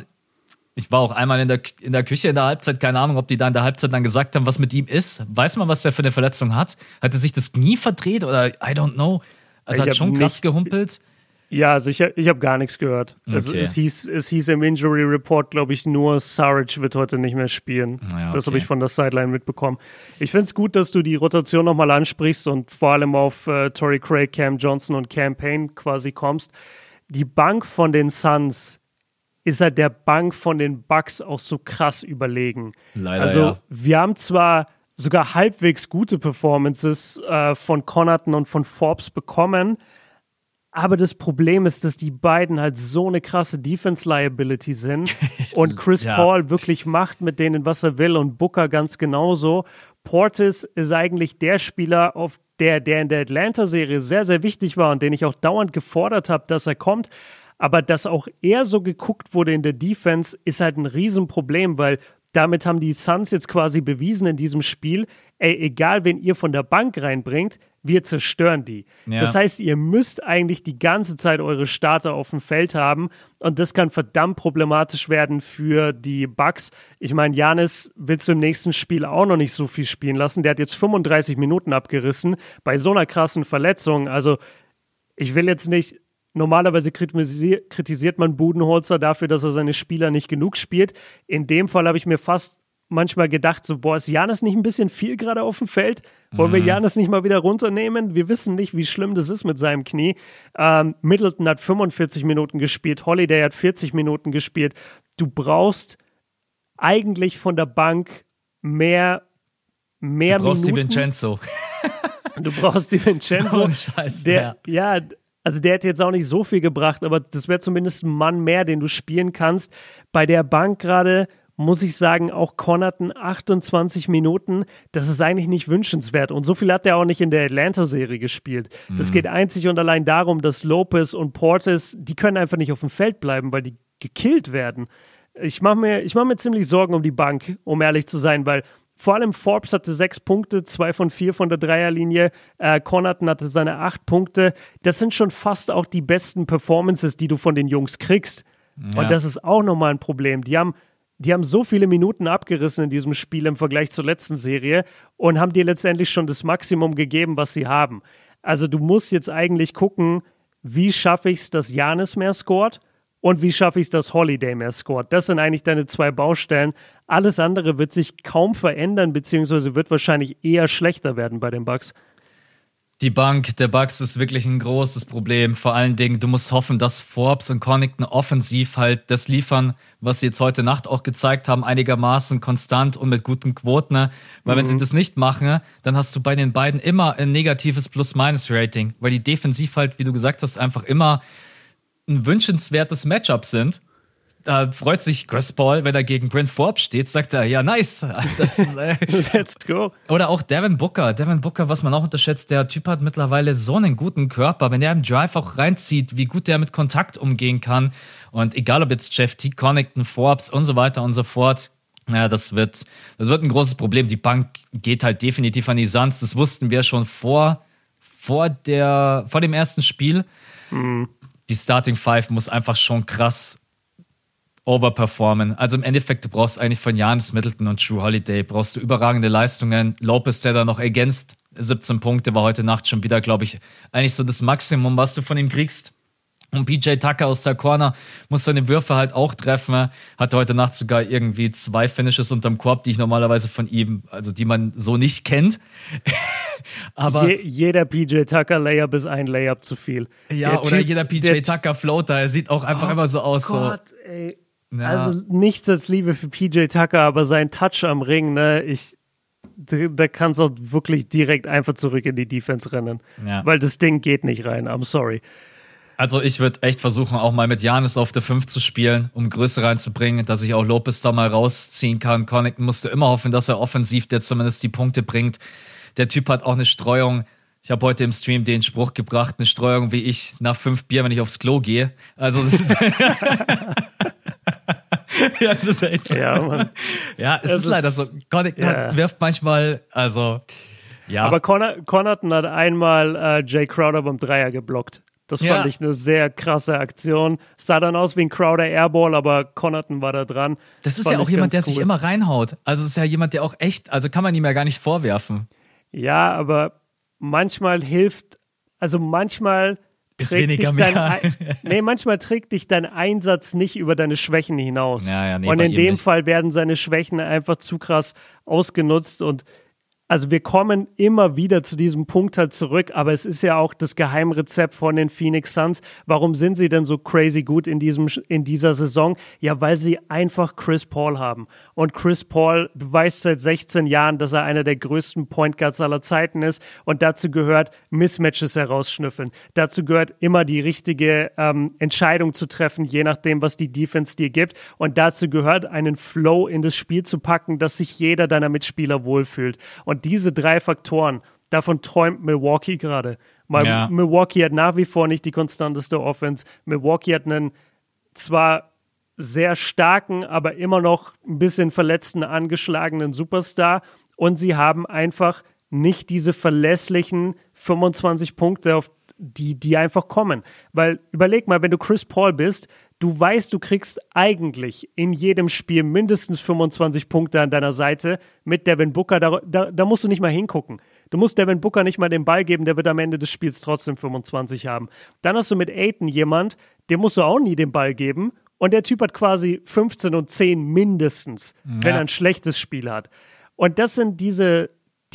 ich war auch einmal in der Küche in der Halbzeit, keine Ahnung, ob die da in der Halbzeit dann gesagt haben, was mit ihm ist. Weiß man, was der für eine Verletzung hat? Hat er sich das Knie verdreht oder I don't know? Also hat schon krass gehumpelt. Ja, also ich hab gar nichts gehört. Okay. Es hieß im Injury Report, glaube ich, nur Saric wird heute nicht mehr spielen. Ja, okay. Das habe ich von der Sideline mitbekommen. Ich finde es gut, dass du die Rotation nochmal ansprichst und vor allem auf Torrey Craig, Cam Johnson und Cam Payne quasi kommst. Die Bank von den Suns ist halt der Bank von den Bucks auch so krass überlegen. Leider, also ja. wir haben zwar sogar halbwegs gute Performances von Connaughton und von Forbes bekommen, aber das Problem ist, dass die beiden halt so eine krasse Defense-Liability sind und Chris Paul wirklich macht mit denen, was er will und Booker ganz genauso. Portis ist eigentlich der Spieler, der in der Atlanta-Serie sehr, sehr wichtig war und den ich auch dauernd gefordert habe, dass er kommt. Aber dass auch er so geguckt wurde in der Defense, ist halt ein Riesenproblem, weil damit haben die Suns jetzt quasi bewiesen in diesem Spiel, egal wen ihr von der Bank reinbringt, wir zerstören die. Ja. Das heißt, ihr müsst eigentlich die ganze Zeit eure Starter auf dem Feld haben und das kann verdammt problematisch werden für die Bucks. Ich meine, Giannis willst du im nächsten Spiel auch noch nicht so viel spielen lassen. Der hat jetzt 35 Minuten abgerissen bei so einer krassen Verletzung. Also ich will jetzt nicht, normalerweise kritisiert man Budenholzer dafür, dass er seine Spieler nicht genug spielt. In dem Fall habe ich mir fast manchmal gedacht, so, boah, ist Giannis nicht ein bisschen viel gerade auf dem Feld? Wollen wir Giannis nicht mal wieder runternehmen? Wir wissen nicht, wie schlimm das ist mit seinem Knie. Middleton hat 45 Minuten gespielt, Holiday hat 40 Minuten gespielt. Du brauchst eigentlich von der Bank mehr Minuten. Du brauchst DiVincenzo. Du brauchst DiVincenzo. Oh, Scheiße, also der hätte jetzt auch nicht so viel gebracht, aber das wäre zumindest ein Mann mehr, den du spielen kannst. Bei der Bank gerade muss ich sagen, auch Connaughton 28 Minuten, das ist eigentlich nicht wünschenswert. Und so viel hat er auch nicht in der Atlanta-Serie gespielt. Das geht einzig und allein darum, dass Lopez und Portis, die können einfach nicht auf dem Feld bleiben, weil die gekillt werden. Ich mach mir ziemlich Sorgen um die Bank, um ehrlich zu sein, weil vor allem Forbes hatte 6 Punkte, 2 von 4 von der Dreierlinie. Connaughton hatte seine 8 Punkte. Das sind schon fast auch die besten Performances, die du von den Jungs kriegst. Ja. Und das ist auch nochmal ein Problem. Die haben so viele Minuten abgerissen in diesem Spiel im Vergleich zur letzten Serie und haben dir letztendlich schon das Maximum gegeben, was sie haben. Also du musst jetzt eigentlich gucken, wie schaffe ich es, dass Giannis mehr scoret und wie schaffe ich es, dass Holiday mehr scoret. Das sind eigentlich deine 2 Baustellen. Alles andere wird sich kaum verändern, beziehungsweise wird wahrscheinlich eher schlechter werden bei den Bucks. Die Bank der Bucks ist wirklich ein großes Problem. Vor allen Dingen, du musst hoffen, dass Forbes und Connaughton offensiv halt das liefern, was sie jetzt heute Nacht auch gezeigt haben, einigermaßen konstant und mit guten Quoten. Weil wenn sie das nicht machen, dann hast du bei den beiden immer ein negatives Plus-Minus-Rating, weil die defensiv halt, wie du gesagt hast, einfach immer ein wünschenswertes Matchup sind. Da freut sich Chris Paul, wenn er gegen Bryn Forbes steht, sagt er, ja, nice. Das ist, Let's go. Oder auch Devin Booker. Devin Booker, was man auch unterschätzt, der Typ hat mittlerweile so einen guten Körper. Wenn er im Drive auch reinzieht, wie gut der mit Kontakt umgehen kann. Und egal, ob jetzt Jeff Teague, Connaughton, Forbes und so weiter und so fort, ja, das wird ein großes Problem. Die Bank geht halt definitiv an die Suns. Das wussten wir schon vor dem ersten Spiel. Die Starting Five muss einfach schon krass overperformen. Also im Endeffekt, du brauchst eigentlich von Giannis, Middleton und Jrue Holiday, brauchst du überragende Leistungen. Lopez, der da noch ergänzt, 17 Punkte, war heute Nacht schon wieder, glaube ich, eigentlich so das Maximum, was du von ihm kriegst. Und PJ Tucker aus der Corner muss seine Würfe halt auch treffen. Hatte heute Nacht sogar irgendwie 2 Finishes unterm Korb, die ich normalerweise von ihm, also die man so nicht kennt. Aber jeder PJ Tucker Layup ist ein Layup zu viel. Ja, oder jeder PJ Tucker Floater, er sieht auch einfach immer so aus. Gott, ey. Ja. Also nichts als Liebe für PJ Tucker, aber sein Touch am Ring, ne, da kannst du auch wirklich direkt einfach zurück in die Defense rennen. Ja. Weil das Ding geht nicht rein, I'm sorry. Also ich würde echt versuchen, auch mal mit Giannis auf der 5 zu spielen, um Größe reinzubringen, dass ich auch Lopez da mal rausziehen kann. Connaughton musste immer hoffen, dass er offensiv jetzt zumindest die Punkte bringt. Der Typ hat auch eine Streuung. Ich habe heute im Stream den Spruch gebracht, eine Streuung wie ich nach 5 Bier, wenn ich aufs Klo gehe. Also das ist ja, das ist echt so. Ja, Mann. Ja, es ist leider so. Connaughton wirft manchmal, also ja. Aber Connaughton hat einmal Jay Crowder beim Dreier geblockt. Das fand ich eine sehr krasse Aktion. Es sah dann aus wie ein Crowder Airball, aber Connaughton war da dran. Das ist ja auch jemand, der sich immer reinhaut. Also es ist ja jemand, der auch echt, also kann man ihm ja gar nicht vorwerfen. Ja, aber manchmal manchmal trägt dich dein Einsatz nicht über deine Schwächen hinaus. Und in dem Fall werden seine Schwächen einfach zu krass ausgenutzt und also wir kommen immer wieder zu diesem Punkt halt zurück, aber es ist ja auch das Geheimrezept von den Phoenix Suns. Warum sind sie denn so crazy gut in dieser Saison? Ja, weil sie einfach Chris Paul haben. Und Chris Paul beweist seit 16 Jahren, dass er einer der größten Point Guards aller Zeiten ist. Und dazu gehört Mismatches herausschnüffeln. Dazu gehört immer die richtige Entscheidung zu treffen, je nachdem, was die Defense dir gibt. Und dazu gehört einen Flow in das Spiel zu packen, dass sich jeder deiner Mitspieler wohlfühlt. Und diese 3 Faktoren, davon träumt Milwaukee gerade. Milwaukee hat nach wie vor nicht die konstanteste Offense. Milwaukee hat einen zwar sehr starken, aber immer noch ein bisschen verletzten, angeschlagenen Superstar und sie haben einfach nicht diese verlässlichen 25 Punkte, auf die einfach kommen. Weil überleg mal, wenn du Chris Paul bist, du weißt, du kriegst eigentlich in jedem Spiel mindestens 25 Punkte an deiner Seite mit Devin Booker. Da musst du nicht mal hingucken. Du musst Devin Booker nicht mal den Ball geben, der wird am Ende des Spiels trotzdem 25 haben. Dann hast du mit Ayton jemand, dem musst du auch nie den Ball geben und der Typ hat quasi 15 und 10 mindestens, wenn er ein schlechtes Spiel hat. Und das sind diese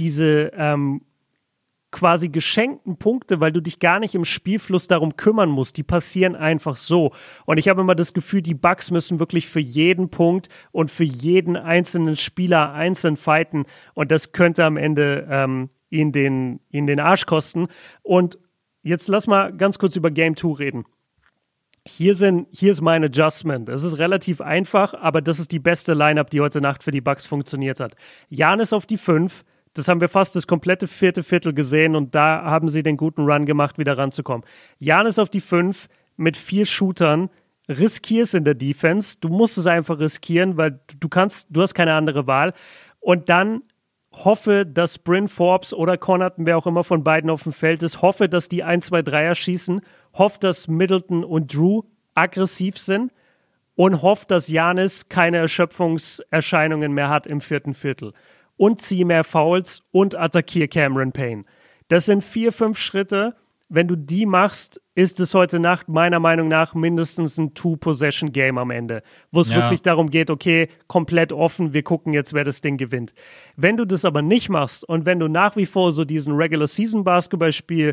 quasi geschenkten Punkte, weil du dich gar nicht im Spielfluss darum kümmern musst. Die passieren einfach so. Und ich habe immer das Gefühl, die Bucks müssen wirklich für jeden Punkt und für jeden einzelnen Spieler einzeln fighten. Und das könnte am Ende ihnen den Arsch kosten. Und jetzt lass mal ganz kurz über Game 2 reden. Hier ist mein Adjustment. Es ist relativ einfach, aber das ist die beste Lineup, die heute Nacht für die Bucks funktioniert hat. Giannis auf die 5. Das haben wir fast das komplette 4. Viertel gesehen und da haben sie den guten Run gemacht, wieder ranzukommen. Giannis auf die 5 mit 4 Shootern. Riskier's in der Defense. Du musst es einfach riskieren, weil du hast keine andere Wahl. Und dann hoffe, dass Bryn Forbes oder Connaughton, wer auch immer von beiden auf dem Feld ist, hoffe, dass die 1, 2 Dreier schießen. Hoffe, dass Middleton und Drew aggressiv sind. Und hoffe, dass Giannis keine Erschöpfungserscheinungen mehr hat im 4. Viertel. Und zieh mehr Fouls und attackier Cameron Payne. Das sind 4, 5 Schritte. Wenn du die machst, ist es heute Nacht meiner Meinung nach mindestens ein Two-Possession-Game am Ende, wo es wirklich darum geht, okay, komplett offen, wir gucken jetzt, wer das Ding gewinnt. Wenn du das aber nicht machst und wenn du nach wie vor so diesen Regular-Season-Basketball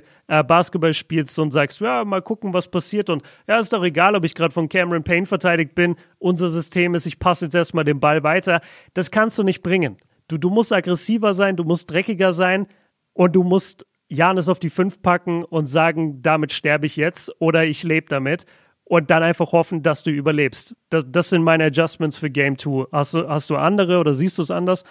spielst und sagst, ja, mal gucken, was passiert und ja, ist doch egal, ob ich gerade von Cameron Payne verteidigt bin, unser System ist, ich passe jetzt erstmal den Ball weiter, das kannst du nicht bringen. Du musst aggressiver sein, du musst dreckiger sein und du musst Giannis auf die 5 packen und sagen, damit sterbe ich jetzt oder ich lebe damit und dann einfach hoffen, dass du überlebst. Das sind meine Adjustments für Game 2. Hast du andere oder siehst du es anders?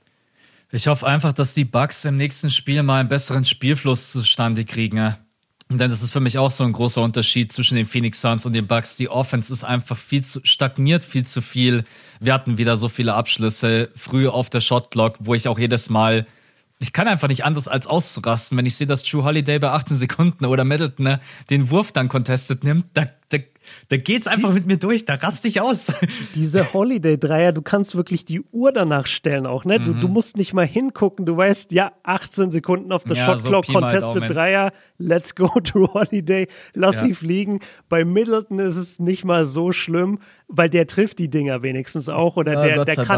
Ich hoffe einfach, dass die Bucks im nächsten Spiel mal einen besseren Spielfluss zustande kriegen. Denn das ist für mich auch so ein großer Unterschied zwischen den Phoenix Suns und den Bucks. Die Offense ist einfach stagniert viel zu viel. Wir hatten wieder so viele Abschlüsse früh auf der Shotclock, wo ich auch jedes Mal, ich kann einfach nicht anders als auszurasten, wenn ich sehe, dass Jrue Holiday bei 18 Sekunden oder Middleton den Wurf dann contested nimmt, da geht's einfach mit mir durch, da raste ich aus. Diese Holiday-Dreier, du kannst wirklich die Uhr danach stellen auch, ne? Du musst nicht mal hingucken, du weißt, ja, 18 Sekunden auf der Shotclock, so contested Dreier, let's go to Holiday, lass sie fliegen. Bei Middleton ist es nicht mal so schlimm, weil der trifft die Dinger wenigstens auch oder der kann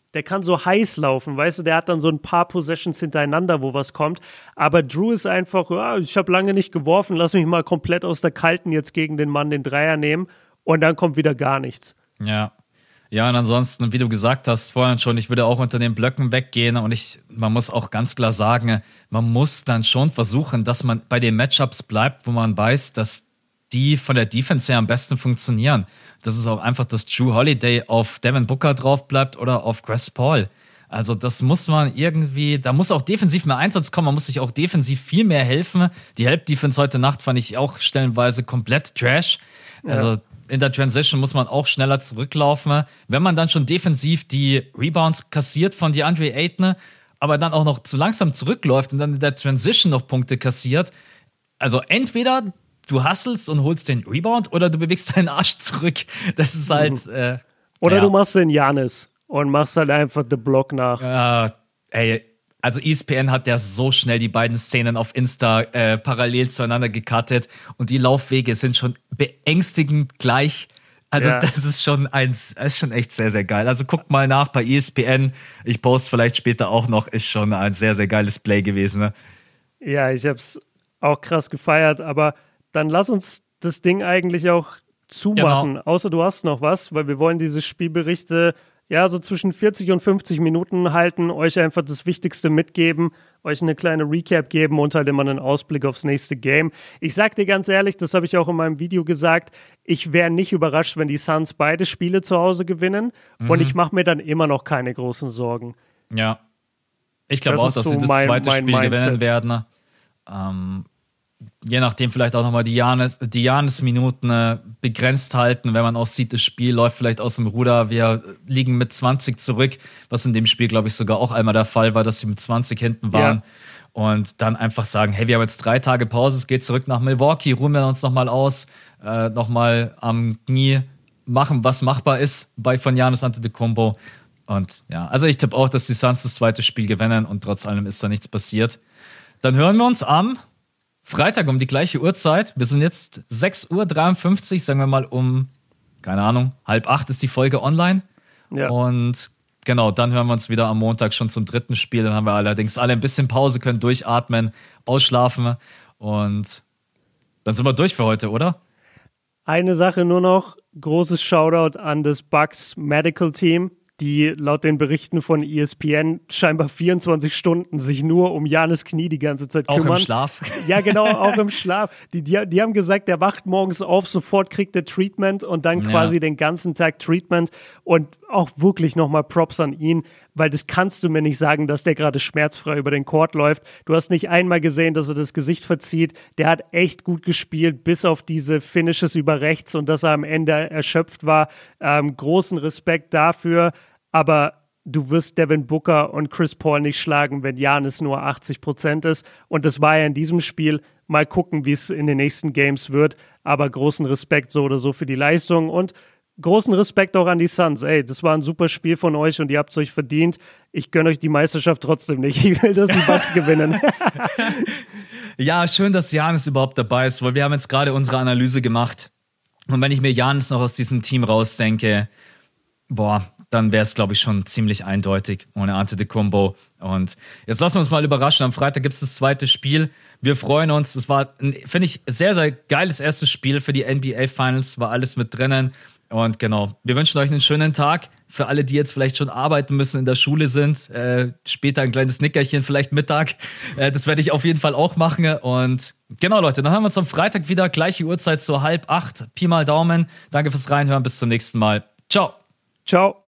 der kann so heiß laufen, weißt du, der hat dann so ein paar Possessions hintereinander, wo was kommt. Aber Drew ist einfach, ja, ich habe lange nicht geworfen, lass mich mal komplett aus der Kalten jetzt gegen den Mann den Dreier nehmen und dann kommt wieder gar nichts. Ja. Ja, und ansonsten, wie du gesagt hast vorhin schon, ich würde auch unter den Blöcken weggehen und man muss auch ganz klar sagen, man muss dann schon versuchen, dass man bei den Matchups bleibt, wo man weiß, dass die von der Defense her am besten funktionieren. Das ist auch einfach, dass Jrue Holiday auf Devin Booker drauf bleibt oder auf Chris Paul. Also das muss man irgendwie, da muss auch defensiv mehr Einsatz kommen, man muss sich auch defensiv viel mehr helfen. Die Help-Defense heute Nacht fand ich auch stellenweise komplett Trash. Also in der Transition muss man auch schneller zurücklaufen. Wenn man dann schon defensiv die Rebounds kassiert von DeAndre Ayton, aber dann auch noch zu langsam zurückläuft und dann in der Transition noch Punkte kassiert, also entweder du hustlest und holst den Rebound oder du bewegst deinen Arsch zurück. Das ist halt... oder du machst den Giannis und machst halt einfach den Block nach. Also ESPN hat ja so schnell die beiden Szenen auf Insta parallel zueinander gecuttet und die Laufwege sind schon beängstigend gleich. Also das ist schon echt sehr, sehr geil. Also guckt mal nach bei ESPN. Ich poste vielleicht später auch noch. Ist schon ein sehr, sehr geiles Play gewesen. Ne? Ja, ich hab's auch krass gefeiert, aber dann lass uns das Ding eigentlich auch zumachen. Genau. Außer du hast noch was, weil wir wollen diese Spielberichte so zwischen 40 und 50 Minuten halten, euch einfach das Wichtigste mitgeben, euch eine kleine Recap geben und halt immer einen Ausblick aufs nächste Game. Ich sag dir ganz ehrlich, das habe ich auch in meinem Video gesagt, ich wäre nicht überrascht, wenn die Suns beide Spiele zu Hause gewinnen und ich mache mir dann immer noch keine großen Sorgen. Ja, ich glaube auch, dass sie das zweite Spiel gewinnen werden. Je nachdem vielleicht auch nochmal die Giannis-Minuten begrenzt halten, wenn man auch sieht, das Spiel läuft vielleicht aus dem Ruder, wir liegen mit 20 zurück, was in dem Spiel, glaube ich, sogar auch einmal der Fall war, dass sie mit 20 hinten waren und dann einfach sagen, hey, wir haben jetzt 3 Tage Pause, es geht zurück nach Milwaukee, ruhen wir uns nochmal aus, nochmal am Knie machen, was machbar ist von Giannis Antetokounmpo und ja, also ich tippe auch, dass die Suns das zweite Spiel gewinnen und trotz allem ist da nichts passiert. Dann hören wir uns am Freitag um die gleiche Uhrzeit. Wir sind jetzt 6:53 Uhr, sagen wir mal um, keine Ahnung, 7:30 ist die Folge online. Ja. Und genau, dann hören wir uns wieder am Montag schon zum dritten Spiel. Dann haben wir allerdings alle ein bisschen Pause, können durchatmen, ausschlafen und dann sind wir durch für heute, oder? Eine Sache nur noch, großes Shoutout an das Bucks Medical Team, die laut den Berichten von ESPN scheinbar 24 Stunden sich nur um Giannis Knie die ganze Zeit kümmern. Auch im Schlaf? Ja, genau, auch im Schlaf. Die haben gesagt, der wacht morgens auf, sofort kriegt er Treatment und dann quasi den ganzen Tag Treatment und auch wirklich nochmal Props an ihn, weil das kannst du mir nicht sagen, dass der gerade schmerzfrei über den Court läuft. Du hast nicht einmal gesehen, dass er das Gesicht verzieht. Der hat echt gut gespielt, bis auf diese Finishes über rechts und dass er am Ende erschöpft war. Großen Respekt dafür. Aber du wirst Devin Booker und Chris Paul nicht schlagen, wenn Giannis nur 80% ist. Und das war ja in diesem Spiel. Mal gucken, wie es in den nächsten Games wird. Aber großen Respekt so oder so für die Leistung und großen Respekt auch an die Suns. Ey, das war ein super Spiel von euch und ihr habt es euch verdient. Ich gönne euch die Meisterschaft trotzdem nicht. Ich will, dass die Bucks gewinnen. Ja, schön, dass Giannis überhaupt dabei ist, weil wir haben jetzt gerade unsere Analyse gemacht. Und wenn ich mir Giannis noch aus diesem Team rausdenke, dann wäre es, glaube ich, schon ziemlich eindeutig ohne Antetokounmpo. Und jetzt lassen wir uns mal überraschen. Am Freitag gibt es das zweite Spiel. Wir freuen uns. Es war, finde ich, sehr, sehr geiles erstes Spiel für die NBA Finals. War alles mit drinnen. Und genau, wir wünschen euch einen schönen Tag. Für alle, die jetzt vielleicht schon arbeiten müssen, in der Schule sind. Später ein kleines Nickerchen, vielleicht Mittag. Das werde ich auf jeden Fall auch machen. Und genau, Leute, dann haben wir uns am Freitag wieder. Gleiche Uhrzeit, so 7:30. Pi mal Daumen. Danke fürs Reinhören. Bis zum nächsten Mal. Ciao. Ciao.